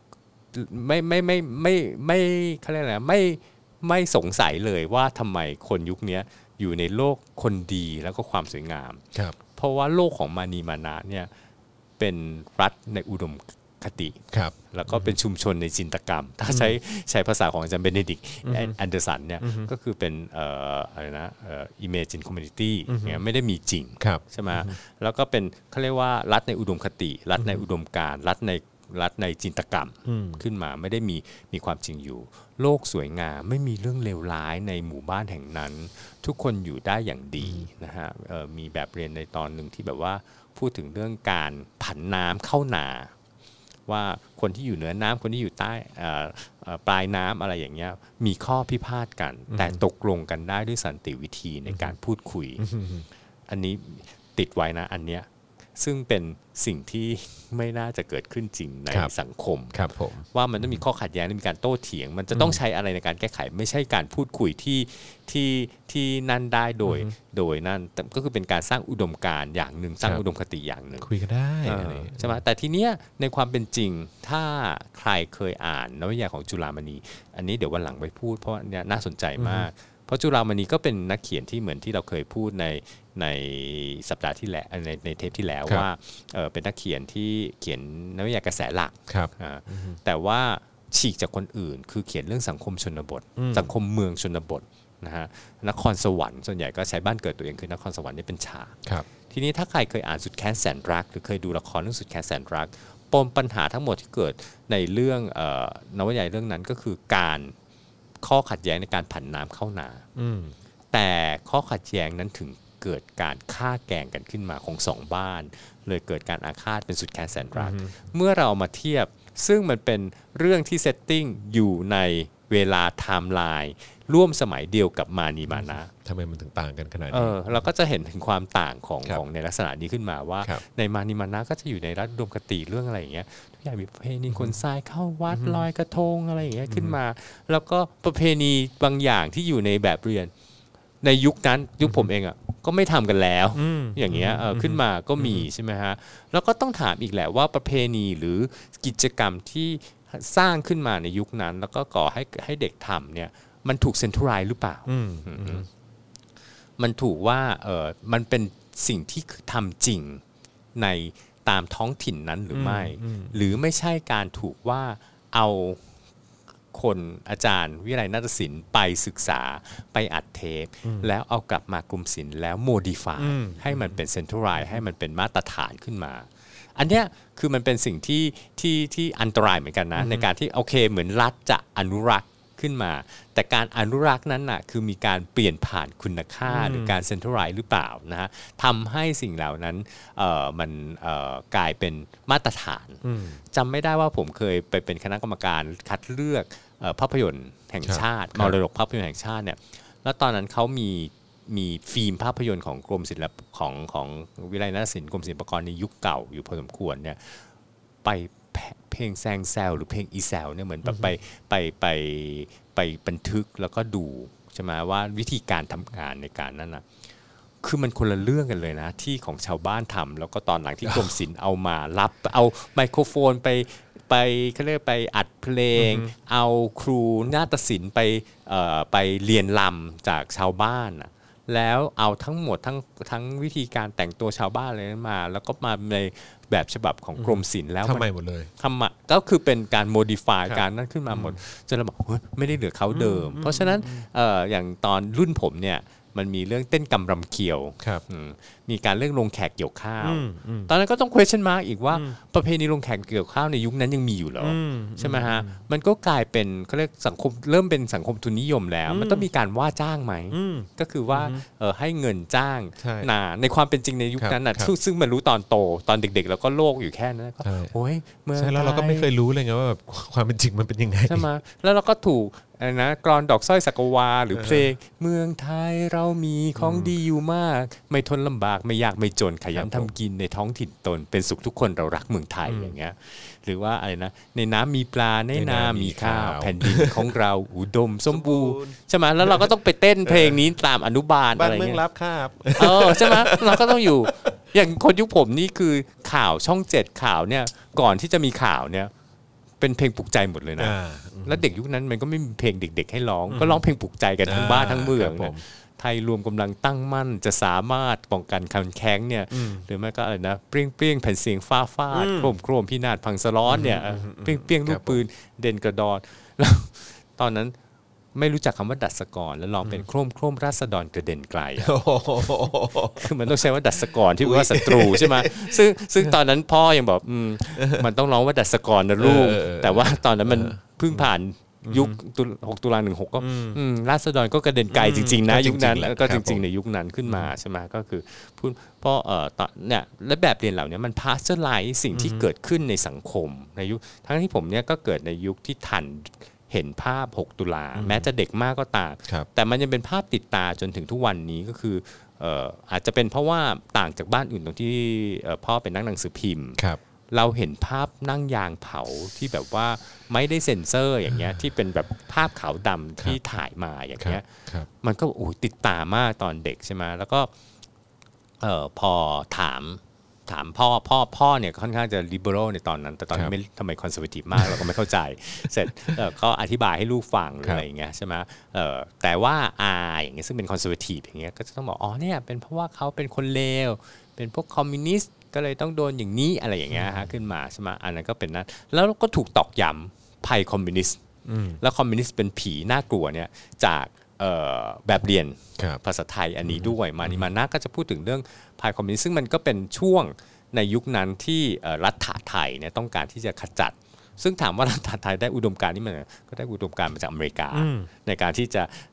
ไม่เขาเรียกอะไรไม่สงสัยเลยว่าทำไมคนยุคนี้อยู่ในโลกคนดีแล้วก็ความสวยงามเพราะว่าโลกของมานีมานะเนี่ยเป็นรัฐในอุดมคติแล้วก็เป็นชุมชนในจินตกรรมถ้าใช้ภาษาของอาจารย์เบเนดิกต์แอนเดอร์สันเนี่ยก็คือเป็นอะไรนะimagine community เนี่ยไม่ได้มีจริงใช่ไหมแล้วก็เป็นเขาเรียกว่ารัฐในอุดมคติรัฐในอุดมการณ์รัฐในจินตกรรมขึ้นมาไม่ได้มีความจริงอยู่โลกสวยงามไม่มีเรื่องเลวร้ายในหมู่บ้านแห่งนั้นทุกคนอยู่ได้อย่างดีนะฮะมีแบบเรียนในตอนหนึ่งที่แบบว่าพูดถึงเรื่องการผันน้ำเข้านาว่าคนที่อยู่เหนือน้ำคนที่อยู่ใต้ปลายน้ำอะไรอย่างเงี้ยมีข้อพิพาทกันแต่ตกลงกันได้ด้วยสันติวิธีในการพูดคุยอันนี้ติดไว้นะอันเนี้ยซึ่งเป็นสิ่งที่ไม่น่าจะเกิดขึ้นจริงในสังคมว่ามันต้องมีข้อขัดแย้งมีการโต้เถียงมันจะต้องใช้อะไรในการแก้ไขไม่ใช่การพูดคุยที่นั่นได้โดยนั่นก็คือเป็นการสร้างอุดมการณ์อย่างหนึ่งสร้างอุดมคติอย่างหนึ่งคุยกันได้ใช่ไหมแต่ทีเนี้ยในความเป็นจริงถ้าใครเคยอ่านนวนิยายของจุฬามณีอันนี้เดี๋ยววันหลังไปพูดเพราะเนี่ยน่าสนใจมากเพราะจุฬามณีก็เป็นนักเขียนที่เหมือนที่เราเคยพูดในสัปดาห์ที่แล้วในเทปที่แล้วว่าเป็นนักเขียนที่เขียนนวนิยายกระแสหลักแต่ว่าฉีกจากคนอื่นคือเขียนเรื่องสังคมชนบทสังคมเมืองชนบทนะฮะนครสวรรค์ส่วนใหญ่ก็ใช้บ้านเกิดตัวเองคือนครสวรรค์นี่เป็นฉากทีนี้ถ้าใครเคยอ่านสุดแค้นแสนรักหรือเคยดูละครเรื่องสุดแค้นแสนรักปมปัญหาทั้งหมดที่เกิดในเรื่องนวนิยายเรื่องนั้นก็คือการข้อขัดแย้งในการผันน้ำเข้านาแต่ข้อขัดแย้งนั้นถึงเกิดการฆ่าแกล้งกันขึ้นมาของสองบ้านเลยเกิดการอาฆาตเป็นสุดแค้นแสนรักเมื่อเรามาเทียบซึ่งมันเป็นเรื่องที่เซตติ้งอยู่ในเวลาไทม์ไลน์ร่วมสมัยเดียวกับมานีมานะทำไมมันถึงต่างกันขนาดนี้เราก็จะเห็นถึงความต่างของในลักษณะนี้ขึ้นมาว่าในมานีมานะก็จะอยู่ในรัฐอุดมคติเรื่องอะไรอย่างเงี้ยทุกอย่างมีประเพณีคนทรายเข้าวัดลอยกระทงอะไรอย่างเงี้ยขึ้นมาแล้วก็ประเพณีบางอย่างที่อยู่ในแบบเรียนในยุคนั้นยุคผมเองก็ไม่ทำกันแล้วอย่างเงี้ยขึ้นมาก็มีใช่ไหมฮะแล้วก็ต้องถามอีกแหละว่าประเพณีหรือกิจกรรมที่สร้างขึ้นมาในยุคนั้นแล้วก็ก่อให้เด็กทำเนี่ยมันถูกเซ็นทรัลไลซ์หรือเปล่ามันถูกว่ามันเป็นสิ่งที่ทำจริงในตามท้องถิ่นนั้นหรือไม่หรือไม่ใช่การถูกว่าเอาคนอาจารย์วิทยาลัยนาฏศิลป์ไปศึกษาไปอัดเทปแล้วเอากลับมากรมศิลป์แล้วโมดิฟายให้มันเป็นเซ็นทรัลไลซ์ให้มันเป็นมาตรฐานขึ้นมาอันเนี้ยคือมันเป็นสิ่งที่อันตรายเหมือนกันนะในการที่โอเคเหมือนรัฐจะอนุรักษ์ขึ้นมาแต่การอนุรักษ์นั้นน่ะคือมีการเปลี่ยนผ่านคุณค่าหรือการเซ็นทรัลไลซ์หรือเปล่านะฮะทำให้สิ่งเหล่านั้นมันกลายเป็นมาตรฐานจำไม่ได้ว่าผมเคยไปเป็นคณะกรรมการคัดเลือกภาพยนตร์แห่งชาติมรดกภาพยนตร์แห่งชาติเนี่ยแล้วตอนนั้นเขามีฟิล์มภาพยนตร์ของกรมศิลปของวิทยาลัยนาฏศิลป์กรมศิลปากรในยุคเก่าอยู่พอสมควรเนี่ยไปเพลงแซงแซวหรือเพลงอีแซวเนี่ยเหมือนแบบไปบันทึกแล้วก็ดูใช่ไหมว่าวิธีการทำงานในการนั้นนะคือมันคนละเรื่องกันเลยนะที่ของชาวบ้านทำแล้วก็ตอนหลังที่กรมศิลป์เอามารับเอาไมโครโฟนไปเขาเรียกไปอัดเพลงเอาครูนาฏศิลป์ไปเรียนรำจากชาวบ้านนะแล้วเอาทั้งหมดทั้งวิธีการแต่งตัวชาวบ้านอะไรนั้นมาแล้วก็มาในแบบฉบับของกรมศิลป์แล้วทำใหม่หมดเลยก็คือเป็นการโมดิฟายการนั้นขึ้นมาหมดจนเราบอกไม่ได้เหลือเขาเดิมเพราะฉะนั้นอย่างตอนรุ่นผมเนี่ยมันมีเรื่องเต้นกำรำเขียวมีการเรื่องลงแขกเกี่ยวข้าวตอนนั้นก็ต้อง question mark อีกว่าประเพณีลงแขกเกี่ยวข้าวในยุคนั้นยังมีอยู่หรอใช่ไหมฮะมันก็กลายเป็นเขาเรียกสังคมเริ่มเป็นสังคมทุนนิยมแล้วมันต้องมีการว่าจ้างไหมก็คือว่าให้เงินจ้างในความเป็นจริงในยุคนั้นนะซึ่งมันรู้ตอนโตตอนเด็กๆแล้วก็โลกอยู่แค่นั้นก็โอ้ยเมื่อแล้วเราก็ไม่เคยรู้เลยไงว่าแบบความเป็นจริงมันเป็นยังไงใช่ไหมแล้วเราก็ถูกนะกลอนดอกสร้อยสักวาหรือเพลงเมืองไทยเรามีของดีอยู่มากไม่ทนลำบากไม่ยากไม่จนขยันทำกินในท้องถิ่นตนเป็นสุขทุกคนเรารักเมืองไทยอย่างเงี้ยหรือว่าอะไรนะในน้ำมีปลาในนามีข้าวแผ่นดินของเราอุดมสมบูรณ์ใช่ไหมแล้วเราก็ต้องไปเต้นเพลงนี้ตามอนุบาลอะไรเงี้ยบ้านเมืองรับคาบใช่ไหมเราก็ต้องอยู่อย่างคนยุคผมนี่คือข่าวช่อง7ข่าวเนี่ยก่อนที่จะมีข่าวเนี่ยเป็นเพลงปลุกใจหมดเลยนะแล้วเด็กยุคนั้นมันก็ไม่มีเพลงเด็กๆให้ร้องก็ร้องเพลงปลุกใจกันทั้งบ้านทั้งเมืองไทยรวมกำลังตั้งมั่นจะสามารถป้องกันคันแข้งเนี่ยหรือไม่ก็อะไรนะเปรี้ยงแผ่นเสียงฟ้าฟาดโครมพินาศพังสล้อนเนี่ยเปรี้ยงลูกปืนเด่นกระดอนแล้วตอนนั้นไม่รู้จักคำว่าดัชกรแล้วลองเป็นโครมราษฎรกระเด็นไกลคือมันต้องใช้ว่าดัชกรที่ว่าศัตรูใช่ไหมซึ่งตอนนั้นพ่อยังบอกมันต้องร้องว่าดัชกรนะลูกแต่ว่าตอนนั้นมันเพิ่งผ่านยุค6 ตุลา 16ก็ราษฎรก็กระเด็นไกลจริงๆนะยุคนั้นแล้วก็จริงๆในยุคนั้นขึ้นมาใช่ไหมก็คือพูดเพราะเนี่ยและแบบเรียนเหล่านี้มันพาสเจอร์ไลซ์สิ่งที่เกิดขึ้นในสังคมในยุคทั้งที่ผมเนี่ยก็เกิดในยุคที่ทันเห็นภาพ6 ตุลาแม้จะเด็กมากก็ตามแต่มันยังเป็นภาพติดตาจนถึงทุกวันนี้ก็คืออาจจะเป็นเพราะว่าต่างจากบ้านอื่นตรงที่พ่อเป็นนักหนังสือพิมพ์เราเห็นภาพนั่งยางเผาที่แบบว่าไม่ได้เซ็นเซอร์อย่างเงี้ยที่เป็นแบบภาพขาวดำที่ถ่ายมาอย่างเงี้ยมันก็ติดตามากตอนเด็กใช่ไหมแล้วก็พอถามพ่อเนี่ยค่อนข้างจะ liberal ในตอนนั้นแต่ตอนนี้ไม่ทำไม conservative มากเราก็ไม่เข้าใจเสร็จก็อธิบายให้ลูกฟังอะไรอย่างเงี้ยใช่ไหมแต่ว่าอย่างเงี้ยซึ่งเป็น conservative อย่างเงี้ยก็จะต้องบอกเนี่ยเป็นเพราะว่าเขาเป็นคนเลวเป็นพวกคอมมิวนิสต์ก็เลยต้องโดนอย่างนี้อะไรอย่างเงี้ยฮะขึ้นมาใช่ไหมอันนั้นก็เป็นนั้นแล้วก็ถูกตอกย้ำภัยคอมมิวนิสต์แล้วคอมมิวนิสต์เป็นผีน่ากลัวเนี่ยจากแบบเรียนภาษาไทยอันนี้ด้วยมานิมานะก็จะพูดถึงเรื่องภัยคอมมิวนิสต์ซึ่งมันก็เป็นช่วงในยุคนั้นที่รัฐไทยเนี่ยต้องการที่จะขจัดซึ่งถามว่ารัฐไทยได้อุดมการณ์นี่มันก็ได้อุดมการณ์มาจากอเมริกาในการที่จะ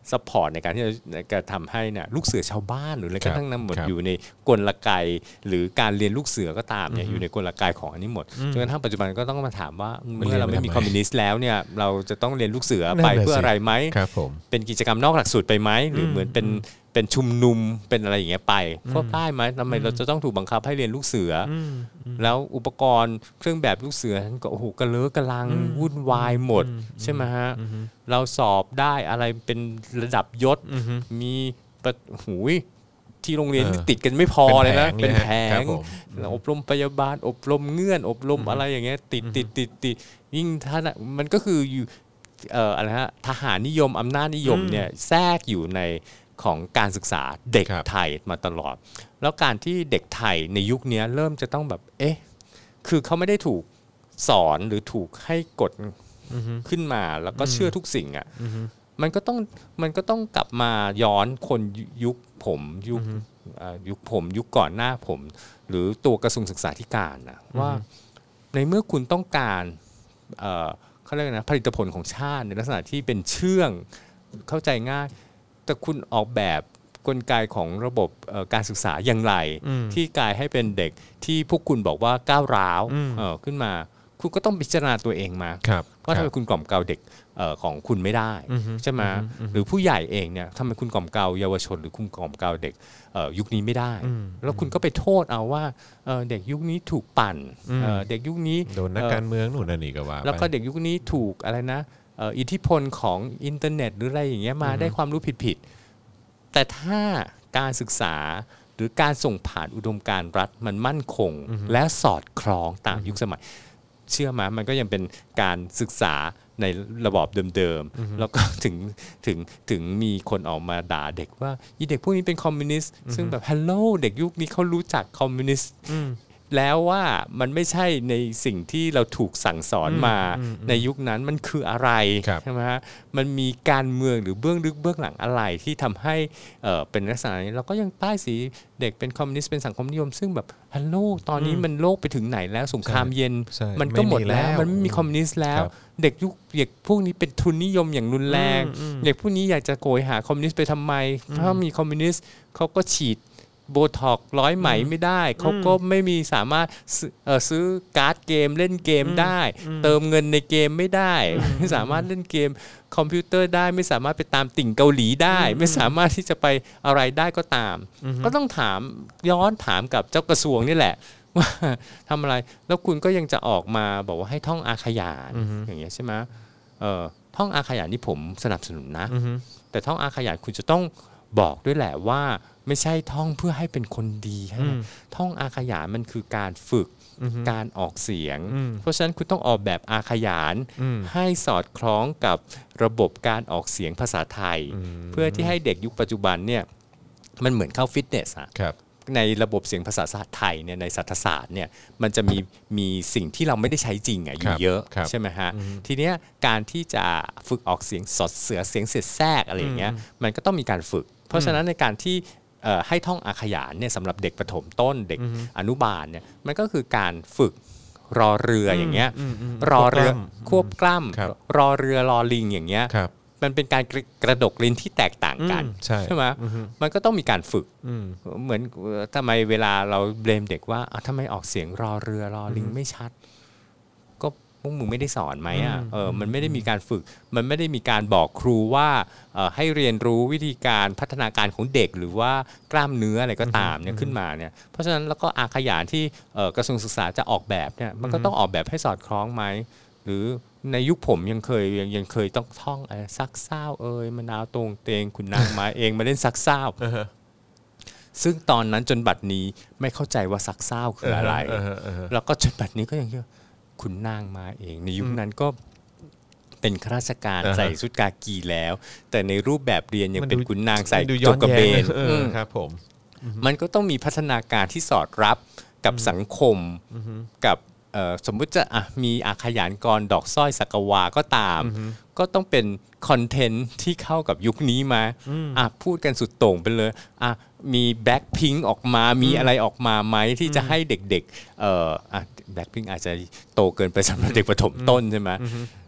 ซัพพอร์ตในการที่จะทำให้เนี่ยลูกเสือชาวบ้านหรืออะไรก็ทั้งนั้นหมดอยู่ในกลไกหรือการเรียนลูกเสือก็ตามเนี่ยอยู่ในกลไกของอันนี้หมดจนกระทั่งปัจจุบันก็ต้องมาถามว่าเมื่อเราไม่มีคอมมิวนิสต์แล้วเนี่ยเราจะต้องเรียนลูกเสือไปเพื่ออะไรไหมเป็นกิจกรรมนอกหลักสูตรไปไหมหรือเหมือนเป็นชุมนุมเป็นอะไรอย่างเงี้ยไปก็ได้ไหมทำไมเราจะต้องถูกบังคับให้เรียนลูกเสือแล้วอุปกรณ์เครื่องแบบลูกเสือก็โอ้โหกระเลอะกระลังวุ่นวายหมดใช่ไหมฮะเราสอบได้อะไรเป็นระดับยศมีหูยที่โรงเรียนติดกันไม่พอเลยนะเป็นแผงอบรมพยาบาลอบรมเงื่อนอบรมอะไรอย่างเงี้ยติดยิ่งท่านมันก็คืออยู่อะไรฮะทหารนิยมอำนาจนิยมเนี่ยแทรกอยู่ในของการศึกษาเด็กไทยมาตลอดแล้วการที่เด็กไทยในยุคนี้เริ่มจะต้องแบบคือเขาไม่ได้ถูกสอนหรือถูกให้กดขึ้นมาแล้วก็เชื่อทุกสิ่งอ่ะมันก็ต้องกลับมาย้อนคนยุคผมยุคก่อนหน้าผมหรือตัวกระทรวงศึกษาธิการนะว่าในเมื่อคุณต้องการเขาเรียกนะผลิตผลของชาติในลักษณะที่เป็นเชื่องเข้าใจง่ายแต่คุณออกแบบกลไกของระบบการศึกษาอย่างไรที่กลายให้เป็นเด็กที่พวกคุณบอกว่าก้าวร้าวขึ้นมาคุณก็ต้องพิจารณาตัวเองมาว่าทำไมคุณกล่อมเกลาเด็กของคุณไม่ได้ใช่ไหมหรือผู้ใหญ่เองเนี่ยทำไมคุณกล่อมเกลาเยาวชนหรือคุณกล่อมเกลาเด็กยุคนี้ไม่ได้แล้วคุณก็ไปโทษเอาว่าเด็กยุคนี้ถูกปั่นเด็กยุคนี้โดนนักการเมืองหนุนนี่ก็ว่าแล้วก็เด็กยุคนี้ถูกอะไรนะอิทธิพลของอินเทอร์เน็ตหรืออะไรอย่างเงี้ยมาได้ความรู้ผิดแต่ถ้าการศึกษาหรือการส่งผ่านอุดมการณ์รัฐมันมั่นคงและสอดคล้องตามยุคสมัยเชื่อไหมมันก็ยังเป็นการศึกษาในระบอบเดิมๆแล้วก็ถึงมีคนออกมาด่าเด็กว่าอีเด็กพวกนี้เป็นคอมมิวนิสต์ซึ่งแบบฮัลโหลเด็กยุคนี้เขารู้จักคอมมิวนิสต์แล้วว่ามันไม่ใช่ในสิ่งที่เราถูกสั่งสอนมาในยุคนั้นมันคืออะไรใช่ไหมฮะมันมีการเมืองหรือเบื้องลึกเบื้องหลังอะไรที่ทำให้เป็นลักษณะนี้เราก็ยังป้ายสีเด็กเป็นคอมมิวนิสต์เป็นสังคมนิยมซึ่งแบบฮัลโหลตอนนี้มันโลกไปถึงไหนแล้วสงครามเย็นมันก็หมดแล้วมันไม่มีคอมมิวนิสต์แล้วเด็กยุคเด็กพวกนี้เป็นทุนนิยมอย่างรุนแรงเด็กพวกนี้อยากจะโกยหาคอมมิวนิสต์ไปทำไมถ้ามีคอมมิวนิสต์เขาก็ฉีดโบท็อกร้อยไหมไม่ได้เขาก็ไม่มีสามารถซื้อการ์ดเกมเล่นเกมได้เติมเงินในเกมไม่ได้ไม่สามารถเล่นเกมคอมพิวเตอร์ได้ไม่สามารถไปตามติ่งเกาหลีได้ไม่สามารถที่จะไปอะไรได้ก็ตามก็ต้องย้อนถามกับเจ้ากระทรวงนี่แหละว่าทำอะไรแล้วคุณก็ยังจะออกมาบอกว่าให้ท่องอาขยานอย่างเงี้ยใช่ไหมท่องอาขยานนี่ผมสนับสนุนนะแต่ท่องอาขยานคุณจะต้องบอกด้วยแหละว่าไม่ใช่ท่องเพื่อให้เป็นคนดีท่องอาขยานมันคือการฝึกการออกเสียงเพราะฉะนั้นคุณต้องออกแบบอาขยานให้สอดคล้องกับระบบการออกเสียงภาษาไทยเพื่อที่ให้เด็กยุคปัจจุบันเนี่ยมันเหมือนเข้าฟิตเนสอะในระบบเสียงภาษาไทยเนี่ยในรัฐศาสตร์เนี่ยมันจะมีสิ่งที่เราไม่ได้ใช้จริงอยู่เยอะใช่ไหมฮะทีเนี้ยการที่จะฝึกออกเสียงสอดเสือเสียงเสร็จแทรกอะไรอย่างเงี้ยมันก็ต้องมีการฝึกเพราะฉะนั้นในการที่ให้ท่องอาขยานเนี่ยสำหรับเด็กประถมต้นเด็กอนุบาลเนี่ยมันก็คือการฝึกรอเรืออย่างเงี้ยรอเรือควบกล้ำรอเรือรอลิงอย่างเงี้ยมันเป็นการกระดกลิ้นที่แตกต่างกันใช่ไหมมันก็ต้องมีการฝึกเหมือนทำไมเวลาเราเบลมเด็กว่าทำไมออกเสียงรอเรือรอลิงไม่ชัดก็พวกมึงไม่ได้สอนไหมมันไม่ได้มีการฝึกมันไม่ได้มีการบอกครูว่าให้เรียนรู้วิธีการพัฒนาการของเด็กหรือว่ากล้ามเนื้ออะไรก็ตามเนี่ยขึ้นมาเนี่ยเพราะฉะนั้นแล้วก็อาขยานที่กระทรวงศึกษาจะออกแบบเนี่ยมันก็ต้องออกแบบให้สอดคล้องไหมหรือในยุคผมยังเคยต้องท่องซักเศร้ามะนาวตรงเตงคุณนางมาเองมาเล่นซักเศร้าซึ่งตอนนั้นจนบัดนี้ไม่เข้าใจว่าซักเศร้าคืออะไรแล้วก็จนบัดนี้ก็ยังคิดว่าคุณนางมาเองในยุคนั้นก็เป็นข้าราชการใส่ชุดกากีแล้วแต่ในรูปแบบเรียนยังเป็นคุณนางใส่จงกระเบนครับผมมันก็ต้องมีพัฒนาการที่สอดรับกับสังคมกับสมมุติจะมีอาขยานกรดอกสร้อยสักวาก็ตามก็ต้องเป็นคอนเทนต์ที่เข้ากับยุคนี้มาพูดกันสุดโต่งไปเลยมีแบล็คพิงค์ออกมามีอะไรออกมาไหมที่จะให้เด็กๆแบล็คพิงค์อาจจะโตเกินไปสำหรับเด็กประถมต้นใช่ไหม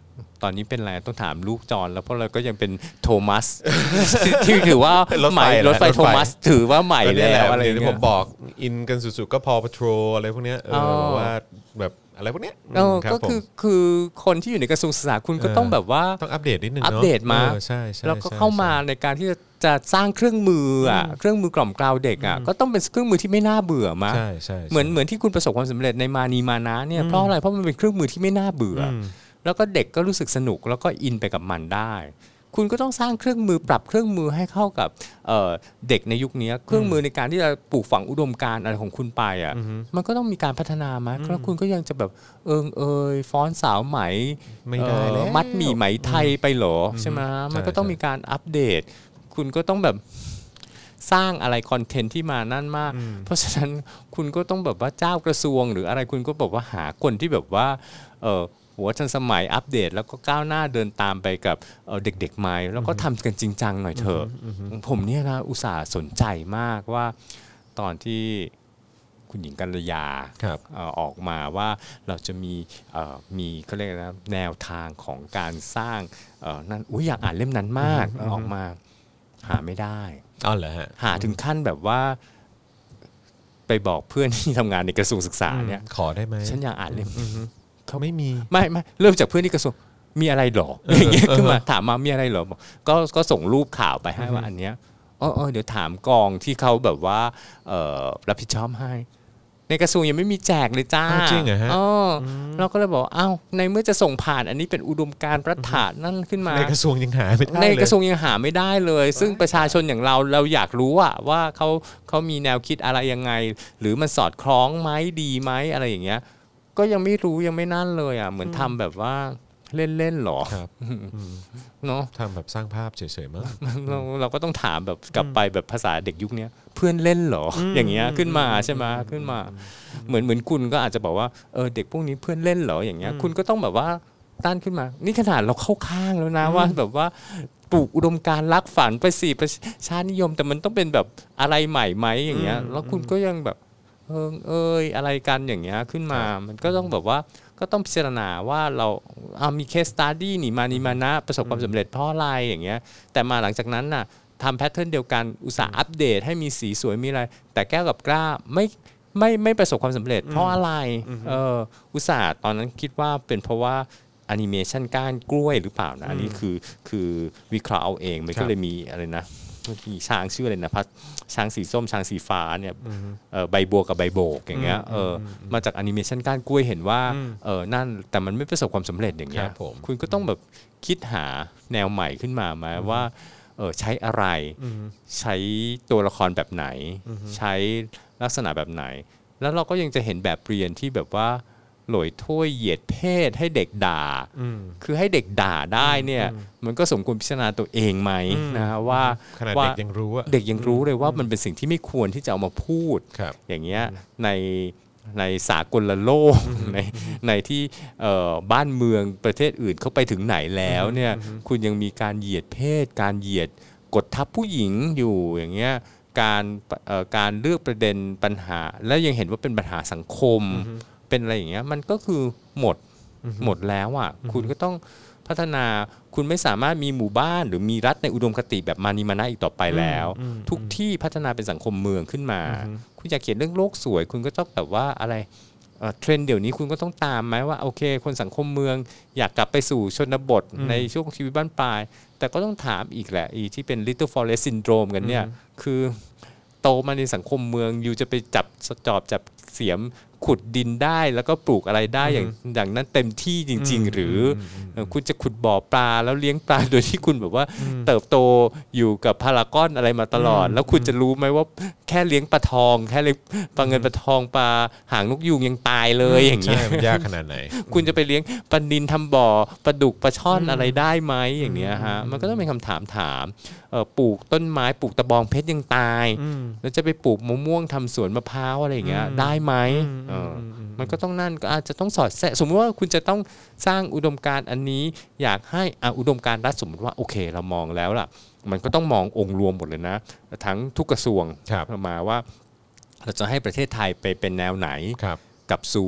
ตอนนี้เป็นอะไรต้องถามลูกจอนแล้วเพราะเราก็ยังเป็นโทมัส ที่ถือว่าใหม่รถไฟโทมัสถือว่าใหม่แล้วอะไรที่ผมบอกอินกันสุดๆก็พอปทรอะไรพวกเนี้ยว่าแบบอะไรพวกเนี้ยก็คือคนที่อยู่ในกระทรวงศึกษาคุณก็ต้องแบบว่าต้องอัปเดตนิดนึงอัปเดตมาใช่แล้วก็เข้ามาในการที่จะสร้างเครื่องมือเครื่องมือกล่อมเกลาเด็กก็ต้องเป็นเครื่องมือที่ไม่น่าเบื่อมาเหมือนที่คุณประสบความสำเร็จในมานีมานะเนี่ยเพราะอะไรเพราะมันเป็นเครื่องมือที่ไม่น่าเบื่อแล้วก็เด็กก็รู้สึกสนุกแล้วก็อินไปกับมันได้คุณก็ต้องสร้างเครื่องมือปรับเครื่องมือให้เข้ากับเด็กในยุคนี้เครื่องมือในการที่จะปลูกฝังอุดมการณ์อะไรของคุณไปมันก็ต้องมีการพัฒนามาแล้วคุณก็ยังจะแบบฟ้อนสาวไหมไม่ได้แล้วมัดหมี่ไหมไทยไปหรอใช่ไหมมันก็ต้องมีการอัปเดตคุณก็ต้องแบบสร้างอะไรคอนเทนต์ที่มานั่นมากเพราะฉะนั้นคุณก็ต้องแบบว่าเจ้ากระทรวงหรืออะไรคุณก็บอกว่าหาคนที่แบบว่าหัวทันสมัยอัปเดตแล้วก็ก้าวหน้าเดินตามไปกับเด็กๆใหม่แล้วก็ทำกันจริงจังหน่อยเถอะผมเนี่ยนะอุตส่าห์สนใจมากว่าตอนที่คุณหญิงกัลยาออกมาว่าเราจะมีเขาเรียกนะแนวทางของการสร้างนั่นอยากอ่านเล่มนั้นมากออกมาหาไม่ได้เหรอฮะหาถึงขั้นแบบว่าไปบอกเพื่อนที่ทำงานในกระทรวงศึกษาเนี่ยขอได้ไหมฉันอยากอ่านเล่มเขาไม่มีไม่เริ่มจากเพื่อนที่กระทรวงมีอะไรหรออย่างเงี้ยขึ้นมาถามมามีอะไรหรอก็ส่งรูปข่าวไปให้ว่าอันเนี้ยเดี๋ยวถามกองที่เขาแบบว่ารับผิดชอบให้ในกระทรวงยังไม่มีแจกเลยจ้าจริงเหรอฮะเราก็เลยบอกในเมื่อจะส่งผ่านอันนี้เป็นอุดมการณ์รัฐานั่นขึ้นมาในกระทรวงยังหาไม่ได้ในกระทรวงยังหาไม่ได้เลยซึ่งประชาชนอย่างเราอยากรู้ว่าเขามีแนวคิดอะไรยังไงหรือมันสอดคล้องไหมดีไหมอะไรอย่างเงี้ยก็ยังไม่รู้ยังไม่นั่นเลยเหมือนทำแบบว่าเล่นๆหรอเนาะทำแบบสร้างภาพเฉยๆมั้งเราก็ต้องถามแบบกลับไปแบบภาษาเด็กยุคนี้เพื่อนเล่นหรออย่างเงี้ยขึ้นมาใช่ไหมขึ้นมาเหมือนคุณก็อาจจะบอกว่าเด็กพวกนี้เพื่อนเล่นหรออย่างเงี้ยคุณก็ต้องแบบว่าต้านขึ้นมานี่ขนาดเราเข้าข้างแล้วนะว่าแบบว่าปลูกอุดมการณ์รักฝันไปสิประชานิยมแต่มันต้องเป็นแบบอะไรใหม่ไหมอย่างเงี้ยแล้วคุณก็ยังแบบอะไรกันอย่างเงี้ยขึ้นมามันก็ต้องแบบว่าก็ต้องพิจารณาว่าเรามีเคสสตั๊ดดี้นี่มานะประสบความสำเร็จเพราะอะไรอย่างเงี้ยแต่มาหลังจากนั้นน่ะทำแพทเทิร์นเดียวกันอุตสาห์อัปเดตให้มีสีสวยมีอะไรแต่แก้วกับกล้าไม่ประสบความสำเร็จเพราะอะไรอุตสาห์ตอนนั้นคิดว่าเป็นเพราะว่าแอนิเมชันก้านกล้วยหรือเปล่านะอันนี้คือวิเคราะห์เอาเองมันก็เลยมีอะไรนะมีช้างชื่ออะไรนะพัดช้างสีส้มช้างสีฟ้าเนี่ยใบบัวกับใบโบกอย่างเงี้ยมาจากแอนิเมชันก้านกล้วยเห็นว่านั่นแต่มันไม่ประสบความสำเร็จอย่างเงี้ยคุณก็ต้องแบบคิดหาแนวใหม่ขึ้นมาว่าใช้อะไรใช้ตัวละครแบบไหนใช้ลักษณะแบบไหนแล้วเราก็ยังจะเห็นแบบเรียนที่แบบว่าโหลอยถ้วยเหยียดเพศให้เด็กด่าคือให้เด็กด่าได้เนี่ยมันก็สมควรพิจารณาตัวเองไหมนะว่าขนาดเด็กยังรู้เด็กยังรู้เลยว่ามันเป็นสิ่งที่ไม่ควรที่จะเอามาพูดอย่างเงี้ยในสากลโลกในที่บ้านเมืองประเทศอื่นเขาไปถึงไหนแล้วเนี่ยคุณยังมีการเหยียดเพศการเหยียดกดทับผู้หญิงอยู่อย่างเงี้ยการเลือกประเด็นปัญหาแล้วยังเห็นว่าเป็นปัญหาสังคมเป็นอะไรอย่างเงี้ยมันก็คือหมดแล้วคุณก็ต้องพัฒนาคุณไม่สามารถมีหมู่บ้านหรือมีรัฐในอุดมคติแบบมานีมานะอีกต่อไปแล้วทุกที่พัฒนาเป็นสังคมเมืองขึ้นมาคุณอยากเขียนเรื่องโลกสวยคุณก็ต้องแบบว่าอะไรเทรนด์เดี๋ยวนี้คุณก็ต้องตามไหมว่าโอเคคนสังคมเมืองอยากกลับไปสู่ชนบทในช่วงชีวิตบ้านปลายแต่ก็ต้องถามอีกแหละที่เป็น Little Forest Syndrome กันเนี่ยคือโตมาในสังคมเมืองอยู่จะไปจับเสียมขุดดินได้แล้วก็ปลูกอะไรได้อย่างนั้นเต็มที่จริงๆหรือคุณจะขุดบ่อปลาแล้วเลี้ยงปลาโดยที่คุณแบบว่าเติบโตอยู่กับพารากอนอะไรมาตลอดแล้วคุณจะรู้ไหมว่าแค่เลี้ยงปลาทองแค่เลี้ยงปลาเงินปลาทองปลาหางนกยูงยังตายเลยอย่างเงี้ยมันยากขนาดไหนคุณจะไปเลี้ยงปลานิลทำบ่อปลาดุกปลาช่อนอะไรได้ไหมอย่างเงี้ยฮะมันก็ต้องเป็นคำถามปลูกต้นไม้ปลูกตะบองเพชรยังตายแล้วจะไปปลูกมะม่วงทำสวนมะพร้าวอะไรอย่างเงี้ยได้ไหมมันก็ต้องนั่นก็อาจจะต้องสอดแทรกสมมติว่าคุณจะต้องสร้างอุดมการณ์อันนี้อยากให้อุดมการณ์รัฐสมมติว่าโอเคเรามองแล้วล่ะมันก็ต้องมององค์รวมหมดเลยนะทั้งทุกกระทรวงมาว่าเราจะให้ประเทศไทยไปเป็นแนวไหนกับสู่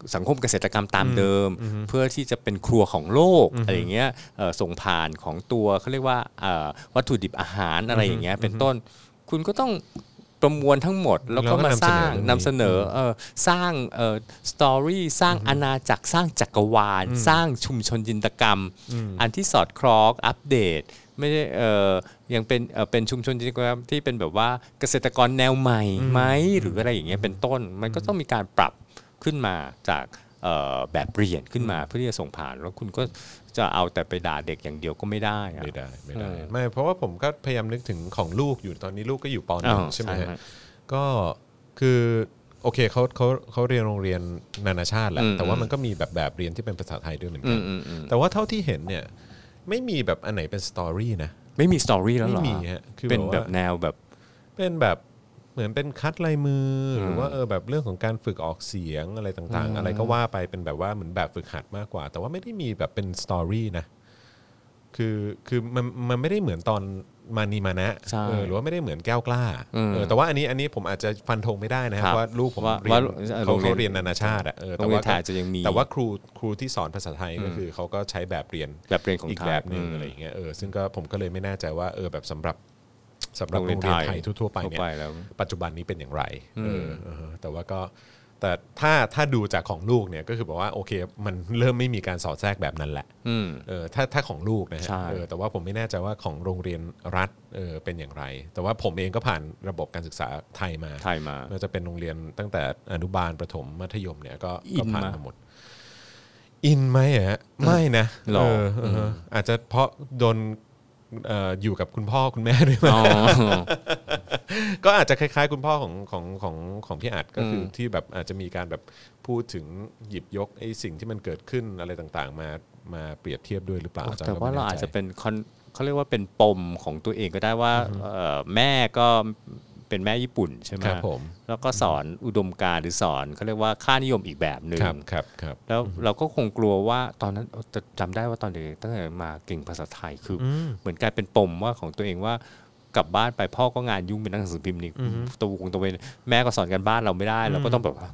สังคมเกษตรกรรมตามเดิมเพื่อที่จะเป็นครัวของโลกอะไรอย่างเงี้ยส่งผ่านของตัวเขาเรียกว่าวัตถุดิบอาหารอะไรอย่างเงี้ยเป็นต้นคุณก็ต้องประมวลทั้งหมดแล้วก็มาสร้างนำเสนอสร้างสตอรี่สร้างอาณาจักรสร้างจักรวาลสร้างชุมชนจินตกรรมอันที่สอดคล้องอัปเดตไม่ได้ยังเป็นชุมชนจินตกรรมที่เป็นแบบว่าเกษตรกรแนวใหม่ไหมหรืออะไรอย่างเงี้ยเป็นต้นมันก็ต้องมีการปรับขึ้นมาจากแบบเรียนขึ้นมาเพื่อที่จะส่งผ่านแล้วคุณก็จะเอาแต่ไปด่าเด็กอย่างเดียวก็ไม่ได้ไม่เพราะว่าผมก็พยายามนึกถึงของลูกอยู่ตอนนี้ลูกก็อยู่ป.1 ใช่ไหมก็คือโอเคเขาเรียนโรงเรียนนานาชาติแหละแต่ว่ามันก็มีแบบเรียนที่เป็นภาษาไทยด้วยเหมือนกันแต่ว่าเท่าที่เห็นเนี่ยไม่มีแบบอันไหนเป็นสตอรี่นะไม่มีสตอรี่แล้วหรอไม่มีฮะคือเป็นแบบแนวแบบเป็นแบบเหมือนเป็นคัดลายมือหรือว่าแบบเรื่องของการฝึกออกเสียงอะไรต่างๆอะไรก็ว่าไปเป็นแบบว่าเหมือนแบบฝึกหัดมากกว่าแต่ว่าไม่ได้มีแบบเป็นสตอรี่นะคือมันไม่ได้เหมือนตอนมานีมานะหรือว่าไม่ได้เหมือนแก้วกล้าแต่ว่าอันนี้ผมอาจจะฟันธงไม่ได้นะครับว่าลูกผมเรียนเขาเรียนนานาชาติแต่ว่าจะยังมีแต่ว่าครูที่สอนภาษาไทยก็คือเขาก็ใช้แบบเรียนของอีกแบบนึงอะไรอย่างเงี้ยซึ่งก็ผมก็เลยไม่แน่ใจว่าแบบสำหรับโรงเรียนไทยทั่วไปเนี่ยปัจจุบันนี้เป็นอย่างไรแต่ว่าก็แต่ถ้าดูจากของลูกเนี่ยก็คือบอกว่าโอเคมันเริ่มไม่มีการสอดแทรกแบบนั้นแหละถ้าของลูกนะฮะแต่ว่าผมไม่แน่ใจว่าของโรงเรียนรัฐเป็นอย่างไรแต่ว่าผมเองก็ผ่านระบบการศึกษาไทยมาก็จะเป็นโรงเรียนตั้งแต่อนุบาลประถมมัธยมเนี่ยก็ผ่านมาหมดอินไหมฮะไม่นะอาจจะเพราะโดนอยู่กับคุณพ่อคุณแม่ด้วยมั้ยก็อาจจะคล้ายๆคุณพ่อของพี่อัดก็คือที่แบบอาจจะมีการแบบพูดถึงหยิบยกไอ้สิ่งที่มันเกิดขึ้นอะไรต่างๆมาเปรียบเทียบด้วยหรือเปล่าแต่ว่าเราอาจจะเป็นเขาเรียกว่าเป็นปมของตัวเองก็ได้ว่าแม่ก็เป็นแม่ญี่ปุ่นใช่ไหมแล้วก็สอนอุดมการณ์หรือสอนเขาเรียกว่าค่านิยมอีกแบบนึงแล้วเราก็คงกลัวว่าตอนนั้นจำได้ว่าตอนเด็กตั้งแต่มาเก่งภาษาไทยคือเหมือนกลายเป็นปมว่าของตัวเองว่ากลับบ้านไปพ่อก็งานยุ่งเป็นนักหนังสือพิมพ์นี่ตัวเวนแม่ก็สอนกันบ้านเราไม่ได้เราก็ต้องแบบ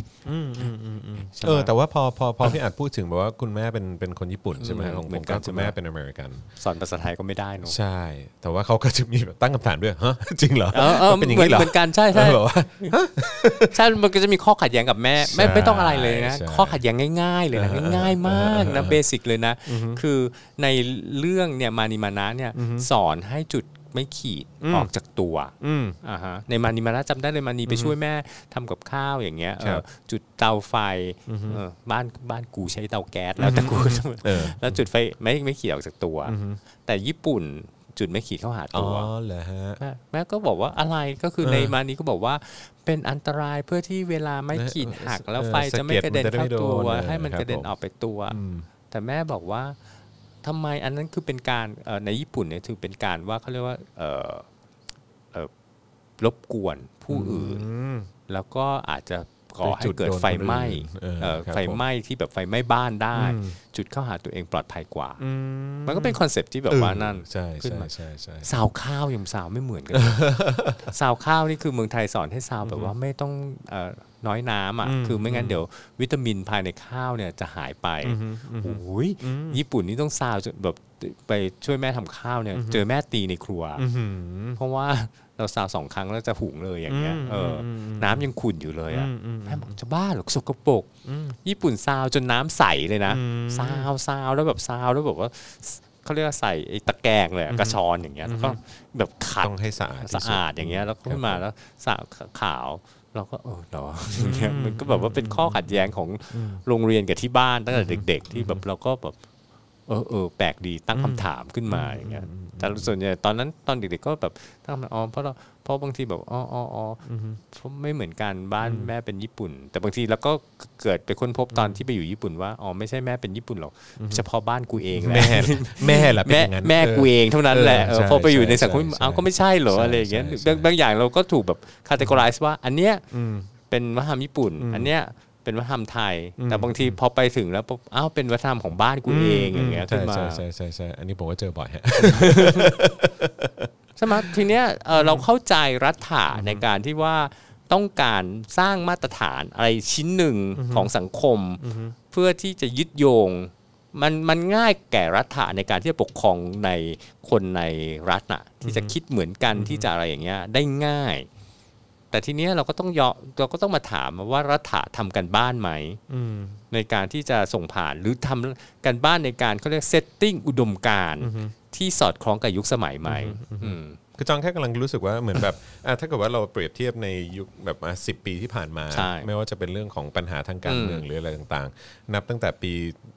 แต่ว่าพอพี่อัดพูดถึงแบบว่าคุณแม่เป็นคนญี่ปุ่นใช่ไหมของผมก็คุณแม่เป็นอเมริกันสอนภาษาไทยก็ไม่ได้เนาะใช่แต่ว่าเขาก็จะมีแบบตั้งคำถามด้วยฮะจริงเหรอเป็นอย่างนี้เหรอเหมือนกันใช่ใช่ใช่มันก็จะมีข้อขัดแย้งกับแม่ไม่ต้องอะไรเลยนะข้อขัดแย้งง่ายๆเลยนะง่ายมากนะเบสิกเลยนะคือในเรื่องเนี่ยมานิมานะเนี่ยสอนให้จุดไม่ขีดออกจากตัวในมานีมานะจำได้เลยมานีไปช่วยแม่ทำกับข้าวอย่างเงี้ยจุดเตาไฟบ้านกูใช้เตาแก๊สแล้วแต่กูแล้วจุดไฟไม่ขีดออกจากตัวแต่ญี่ปุ่นจุดไม่ขีดเข้าหาตัวแม่ก็บอกว่าอะไรก็คือในมานีก็บอกว่าเป็นอันตรายเพื่อที่เวลาไม่ขีดหักแล้วไฟจะไม่กระเด็นเข้าตัวให้มันกระเด็นออกไปตัวแต่แม่บอกว่าทำไมอันนั้นคือเป็นการในญี่ปุ่นเนี่ยถือเป็นการว่าเขาเรียกว่ารบกวนผู้อื่นแล้วก็อาจจะก่อให้เกิดไฟไหม้ที่แบบไฟไหม้บ้านได้จุดเข้าหาตัวเองปลอดภัยกว่ามันก็เป็นคอนเซ็ปต์ที่แบบว่านั่นขึ้นมาซาวข้าวยังซาวไม่เหมือนกันซาวข้าวนี่คือเมืองไทยสอนให้ซาวแบบว่าไม่ต้องน้อยน้ำอ่ะคือไม่งั้นเดี๋ยววิตามินภายในข้าวเนี่ยจะหายไปโอ้ยญี่ปุ่นนี่ต้องซาวแบบไปช่วยแม่ทำข้าวเนี่ยเจอแม่ตีในครัวเพราะว่าเราซาว2 ครั้งแล้วจะหุงเลยอย่างเงี้ยน้ำยังขุ่นอยู่เลยอ่ะแม่บอกจะบ้าหรอสกปรกญี่ปุ่นซาวจนน้ำใสเลยนะซาวแล้วแบบซาวแล้วแบบว่าเขาเรียกว่าใส่ไอ้ตะแกรงเลยกระชอนอย่างเงี้ยแล้วก็แบบขัดต้องให้สะอาดอย่างเงี้ยแล้วขึ้นมาแล้วสะขาวเราก็เหรออย่างเงี้ยมันก็แบบว่าเป็นข้อขัดแย้งของโรงเรียนกับที่บ้านตั้งแต่เด็กๆที่แบบเราก็แบบแปลกดีตั้งคำถามขึ้นมาอย่างเงี้ยแต่ส่วนใหญ่ตอนเด็กๆก็แบบตั้งเพราะบางทีแบบเพราะไม่เหมือนกันบ้านแม่เป็นญี่ปุ่นแต่บางทีเราก็เกิดไปค้นพบตอนที่ไปอยู่ญี่ปุ่นว่าไม่ใช่แม่เป็นญี่ปุ่นหรอกเฉพาะบ้านกูเองแหละแม่ละเป็นอย่างนั้นแม่กูเองเท่านั้นแหละพอไปอยู่ในสังคมก็ไม่ใช่เหรออะไรอย่างเงี้ยบางอย่างเราก็ถูกแบบคาเทกอไรซ์ว่าอันเนี้ยเป็นวัฒนธรรมญี่ปุ่นอันเนี้ยเป็นวัฒนธรรมไทยแต่บางทีพอไปถึงแล้วเป็นวัฒนธรรมของบ้านกูเองอย่างเงี้ยขึ้นมาใช่อันนี้ผมก็เจอบ่อยฮะใช่ไหมทีเนี้ยเราเข้าใจรัฐะในการที่ว่าต้องการสร้างมาตรฐานอะไรชิ้นหนึ่งของสังคมเพื่อที่จะยึดโยงมันง่ายแก่รัฐะในการที่จะปกครองในคนในรัฐน่ะที่จะคิดเหมือนกันที่จะอะไรอย่างเงี้ยได้ง่ายแต่ทีนี้เราก็ต้องมาถามว่ารัฐะทำกันบ้านไหมในการที่จะส่งผ่านหรือทำกันบ้านในการเขาเรียกเซตติ้งอุดมการณ์ที่สอดคล้องกับยุคสมัยไหมคือจองแค่กำลังรู้สึกว่าเหมือนแบบถ้าเกิดว่าเราเปรียบเทียบในยุคแบบ10 ปีที่ผ่านมาไม่ว่าจะเป็นเรื่องของปัญหาทางการเมืองหรืออะไรต่างๆนับตั้งแต่ปี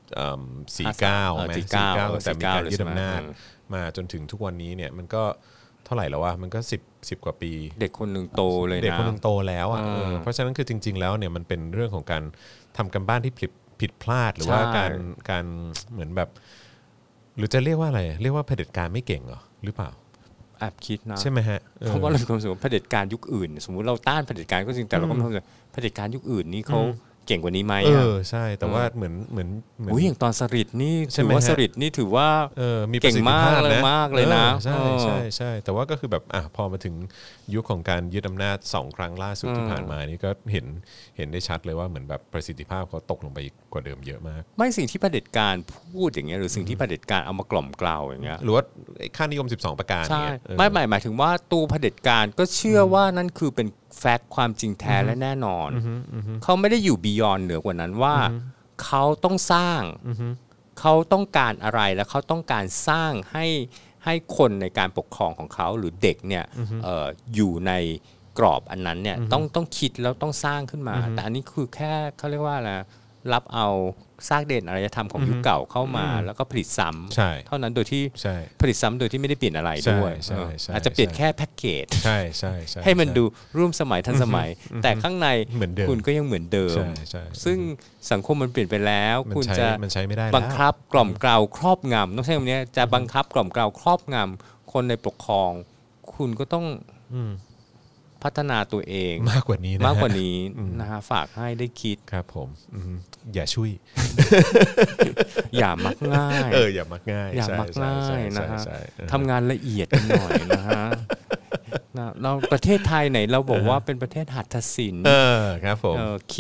49ตั้งแต่มีการยึดอำนาจมาจนถึงทุกวันนี้เนี่ยมันก็เท่าไหร่แล้ววะมันก็10 กว่าปีเด็กคนหนึ่งโตเลยนะเด็กคนหนึ่งโตแล้วเพราะฉะนั้นคือจริงๆแล้วเนี่ยมันเป็นเรื่องของการทำกันบ้านที่ผิดพลาดหรือว่าการเหมือนแบบหรือจะเรียกว่าอะไรเรียกว่าเผด็จการไม่เก่งหรือเปล่าแอบคิดนะใช่ไหมฮะเพราะว่าเราความรู้สึกว่าเผด็จการยุคอื่นสมมุติเราต้านเผด็จการก็จริงแต่เราก็ไม่รู้ว่าเผด็จการยุคอื่นนี่เขาเก่งกว่านี้ไหมใช่แต่ว่าเหมือนอย่างตอนสฤษดิ์นี่ถือว่าสฤษดิ์นี่ถือว่ามีเก่งมากเลยนะใช่แต่ว่าก็คือแบบพอมาถึงยุคของการยึดอำนาจ2 ครั้งล่าสุดที่ผ่านมานี่ก็เห็นได้ชัดเลยว่าเหมือนแบบประสิทธิภาพเขาตกลงไปกว่าเดิมเยอะมากไม่สิ่งที่เผด็จการพูดอย่างเงี้ยหรือสิ่งที่เผด็จการเอามากล่อมเกลาอย่างเงี้ยหรือว่าค่านิยม12ประการเนี่ยไม่หมายถึงว่าตัวเผด็จการก็เชื่อว่านั่นคือเป็นแฟกต์ความจริงแท้และแน่นอนเขาไม่ได้อยู่บียอนเหนือกว่านั้นว่าเขาต้องสร้างเขาต้องการอะไรและเขาต้องการสร้างให้คนในการปกครองของเขาหรือเด็กเนี่ยอยู่ในกรอบอันนั้นเนี่ยต้องคิดแล้วต้องสร้างขึ้นมาแต่อันนี้คือแค่เขาเรียกว่าอะไรรับเอาซากเด่นอารยธรรมของยุคเก่าเข้ามาแล้วก็ผลิตซ้ำเท่านั้นโดยที่ผลิตซ้ำโดยที่ไม่ได้เปลี่ยนอะไรด้วยอาจจะเปลี่ยนแค่แพ็กเกจให้มันดูร่วมสมัยทันสมัยแต่ข้างในคุณก็ยังเหมือนเดิมซึ่งสังคมมันเปลี่ยนไปแล้วคุณจะบังคับกล่อมเกลาครอบงำต้องใช้คำนี้จะบังคับกล่อมเกลาครอบงำคนในปกครองคุณก็ต้องพัฒนาตัวเองมากกว่านี้นะฮะฝากให้ได้คิดครับผมอย่าช่วยอย่ามักง่ายอย่ามักง่ายนะฮะทำงานละเอียดหน่อยนะฮะเราประเทศไทยไหนเราบอกว่าเป็นประเทศหัตถศิลป์ครับผม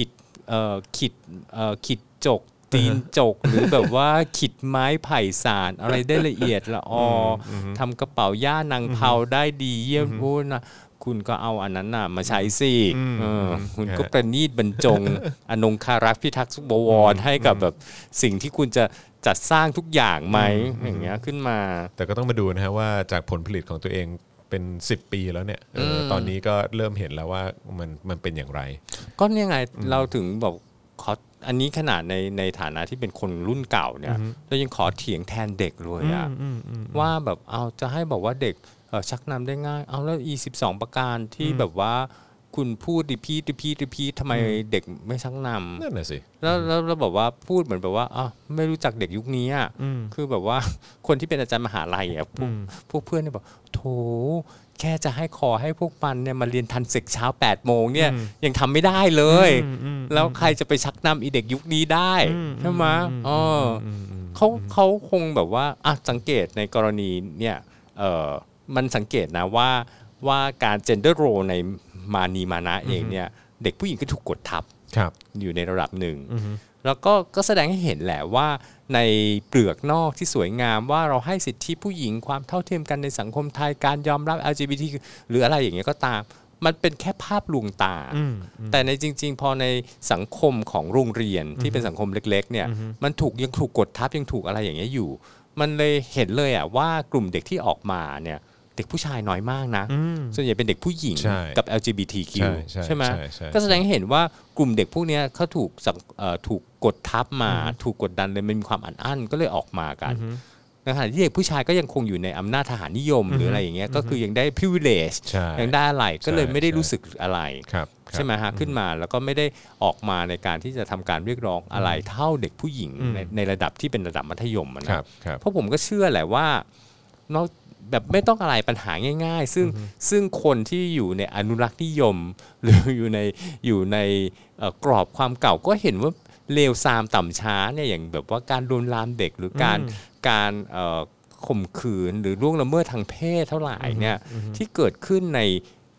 ขิดจกตีนจกหรือแบบว่าขิดไม้ไผ่สารอะไรได้ละเอียดละทำกระเป๋าย่านางเผาได้ดีเยี่ยมพูดนะคุณก็เอาอันนั้นน่ะมาใช้สิคุณก็ประณีตบรรจงอนงคารักษ์พิทักษ์สุบวรให้กับแบบสิ่งที่คุณจะจัดสร้างทุกอย่างไหมอย่างเงี้ยขึ้นมาแต่ก็ต้องมาดูนะฮะว่าจากผลผลิตของตัวเองเป็น10 ปีแล้วเนี่ยตอนนี้ก็เริ่มเห็นแล้วว่ามันเป็นอย่างไรก็เนี่ยไงเราถึงบอกขออันนี้ขนาดในฐานะที่เป็นคนรุ่นเก่าเนี่ยเรายังขอเถียงแทนเด็กเลยอะว่าแบบเอาจะให้บอกว่าเด็กชักนำได้ง่ายเอาแล้ว12ประการที่แบบว่าคุณพูดรีพีททำไมเด็กไม่ชักนำนั่นน่ะสิแล้วเราบอกว่าพูดเหมือนแบบว่าไม่รู้จักเด็กยุคนี้อ่ะคือแบบว่าคนที่เป็นอาจารย์มหาลัยอ่ะพวกเพื่อนเนี่ยบอกโถแค่จะให้ให้พวกมันเนี่ยมาเรียนทันเสกเช้า8 โมงเนี่ยยังทำไม่ได้เลยแล้วใครจะไปชักนำอีเด็กยุคนี้ได้ใช่ไหมเขาคงแบบว่าสังเกตในกรณีเนี่ยมันสังเกตนะว่าการ gender role ในมานีมานะเองเนี่ยเด็กผู้หญิงก็ถูกกดทับอยู่ในระดับหนึ่งแล้วก็แสดงให้เห็นแหละว่าในเปลือกนอกที่สวยงามว่าเราให้สิทธิผู้หญิงความเท่าเทียมกันในสังคมไทยการยอมรับ LGBT หรืออะไรอย่างเงี้ยก็ตามมันเป็นแค่ภาพลวงตาแต่ในจริงๆพอในสังคมของโรงเรียนที่เป็นสังคมเล็กๆเนี่ยมันยังถูกกดทับยังถูกอะไรอย่างเงี้ยอยู่มันเลยเห็นเลยว่ากลุ่มเด็กที่ออกมาเนี่ยเด็กผู้ชายน้อยมากนะส่วนใหญ่เป็นเด็กผู้หญิงกับ LGBTQ ใช่ไหมก็แสดงให้เห็นว่ากลุ่มเด็กพวกนี้เขาถูกกดทับมาถูกกดดันเลยมันมีความอั้นก็เลยออกมากันในขณะที่เด็กผู้ชายก็ยังคงอยู่ในอำนาจทหารนิยมหรืออะไรอย่างเงี้ยก็คือยังได้ privilege ยังได้อะไรก็เลยไม่ได้รู้สึกอะไรใช่ไหมฮะขึ้นมาแล้วก็ไม่ได้ออกมาในการที่จะทำการเรียกร้องอะไรเท่าเด็กผู้หญิงในระดับที่เป็นระดับมัธยมนะเพราะผมก็เชื่อแหละว่าแบบไม่ต้องอะไรปัญหาง่ายๆซึ่งคนที่อยู่ในอนุรักษ์นิยมหรืออยู่ในกรอบความเก่าก็เห็นว่าเลวทรามต่ำช้าเนี่ยอย่างแบบว่าการลวนลามเด็กหรือการข่มขืนหรือล่วงละเมิดทางเพศเท่าไหร่เนี่ยที่เกิดขึ้นใน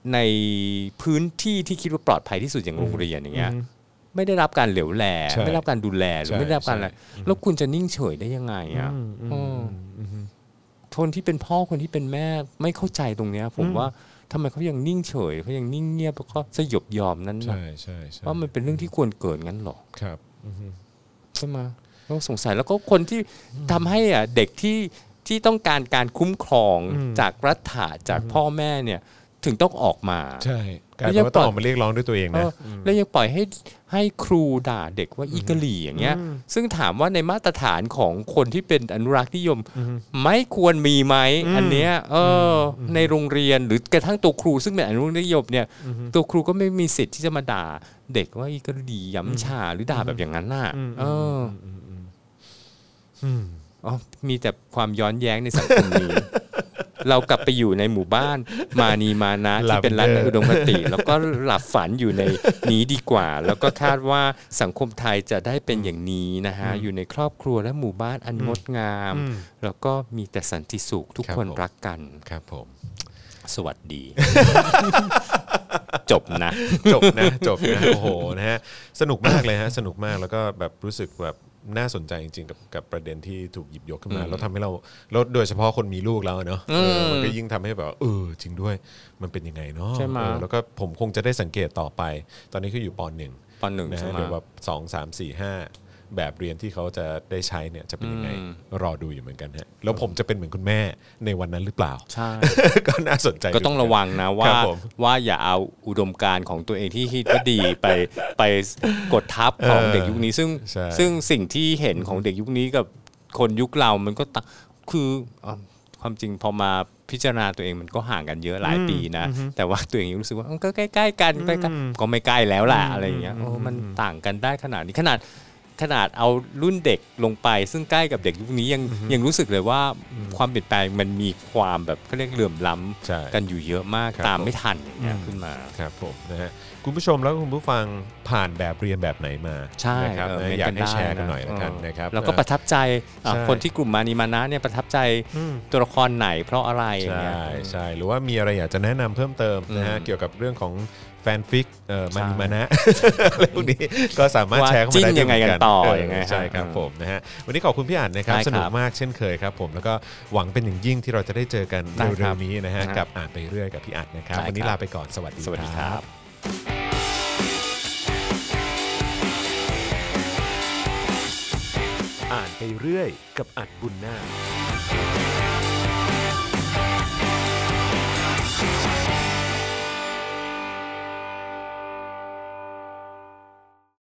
ในพื้นที่ที่คิดว่าปลอดภัยที่สุดอย่างโรงเรียนอย่างเงี้ยไม่ได้รับการเหลียวแลไม่ได้รับการดูแลหรือไม่ได้รับการอะไรแล้วคุณจะนิ่งเฉยได้ยังไงอ่ะคนที่เป็นพ่อคนที่เป็นแม่ไม่เข้าใจตรงเนี้ยผมว่าทำไมเขายังนิ่งเฉยเขายังนิ่งเงียบแล้วก็สยบยอมนั้นนะว่ามันเป็นเรื่องที่ควรเกิดงั้นหรอครับใช่ไหมเราสงสัยแล้วก็คนที่ทำให้เด็กที่ต้องการคุ้มครองจากรัฐาจากพ่อแม่เนี่ยถึงต้องออกมาใช่การว่าต้องออกมาเรียกร้องด้วยตัวเองนะแล้วยังปล่อยให้ครูด่าเด็กว่าอีกะหลี่อย่างเงี้ยซึ่งถามว่าในมาตรฐานของคนที่เป็นอนุรักษ์นิยมไม่ควรมีไหมอันเนี้ยในโรงเรียนหรือกระทั่งตัวครูซึ่งเป็นอนุรักษ์นิยมเนี่ยตัวครูก็ไม่มีสิทธิ์ที่จะมาด่าเด็กว่าอีกะหลี่ย้ำฉาหรือด่าแบบอย่างนั้นน่ะมีแต่ความย้อนแย้งในสังคมนี้เรากลับไปอยู่ในหมู่บ้านมานีมานะที่เป็นรัฐอุดมคติแล้วก็หลับฝันอยู่ในนี้ดีกว่าแล้วก็คาดว่าสังคมไทยจะได้เป็นอย่างนี้นะฮะอยู่ในครอบครัวและหมู่บ้านอันงดงามแล้วก็มีแต่สันติสุขทุกคนรักกันครับผมสวัสดี จบนะโอ้โหนะฮะสนุกมากเลยฮะสนุกมากแล้วก็แบบรู้สึกแบบน่าสนใจจริงๆกับประเด็นที่ถูกหยิบยกขึ้นมาแล้วทำให้เราแล้วโดยเฉพาะคนมีลูกแล้วเนาะมันก็ยิ่งทำให้แบบจริงด้วยมันเป็นยังไงเนาะแล้วก็ผมคงจะได้สังเกตต่อไปตอนนี้คืออยู่ป .1 นะฮะเดี๋ยวแบบ2 3 4 5แบบเรียนที่เขาจะได้ใช้เนี่ยจะเป็นยังไงรอดูอยู่เหมือนกันฮะแล้วผมจะเป็นเหมือนคุณแม่ในวันนั้นหรือเปล่าใช่ก็น่าสนใจก็ต้องระวังนะว่าอย่าเอาอุดมการณ์ของตัวเองที่คิดว่าดีไปกดทับของเด็กยุคนี้ซึ่งสิ่งที่เห็นของเด็กยุคนี้กับคนยุคเรามันก็คือความจริงพอมาพิจารณาตัวเองมันก็ห่างกันเยอะหลายปีนะแต่ว่าตัวเองรู้สึกว่าก็ใกล้ๆกันก็ไม่ใกล้แล้วแหละอะไรอย่างเงี้ยมันต่างกันได้ขนาดนี้ขนาดเอารุ่นเด็กลงไปซึ่งใกล้กับเด็กยุคนี้ยังรู้สึกเลยว่าความเปลี่ยนแปลงมันมีความแบบเขาเรียกเหลื่อมล้ำกันอยู่เยอะมากตามไม่ทันอย่างเงี้ยขึ้นมาครับผมนะฮะคุณผู้ชมแล้วคุณผู้ฟังผ่านแบบเรียนแบบไหนมาใช่ครับอยากให้แชร์กันหน่อยละกันนะครับแล้วก็ประทับใจคนที่กลุ่มมานีมานะเนี่ยประทับใจตัวละครไหนเพราะอะไรอย่างเงี้ยใช่หรือว่ามีอะไรอยากจะแนะนำเพิ่มเติมนะฮะเกี่ยวกับเรื่องของแฟนฟิกมานีมานะอะไรพวกนี้ก็สามารถแชร์เข้ามาได้ยังไงกันต่อยังไงใช่ครับผมนะฮะวันนี้ขอบคุณพี่อั๋นนะครับสนุกมากเช่นเคยครับผมแล้วก็หวังเป็นอย่างยิ่งที่เราจะได้เจอกันเร็วๆนี้นะฮะกับอ่านไปเรื่อยกับพี่อั๋นนะครับวันนี้ลาไปก่อนสวัสดีครับอ่านไปเรื่อยกับอั๋นบุญนาค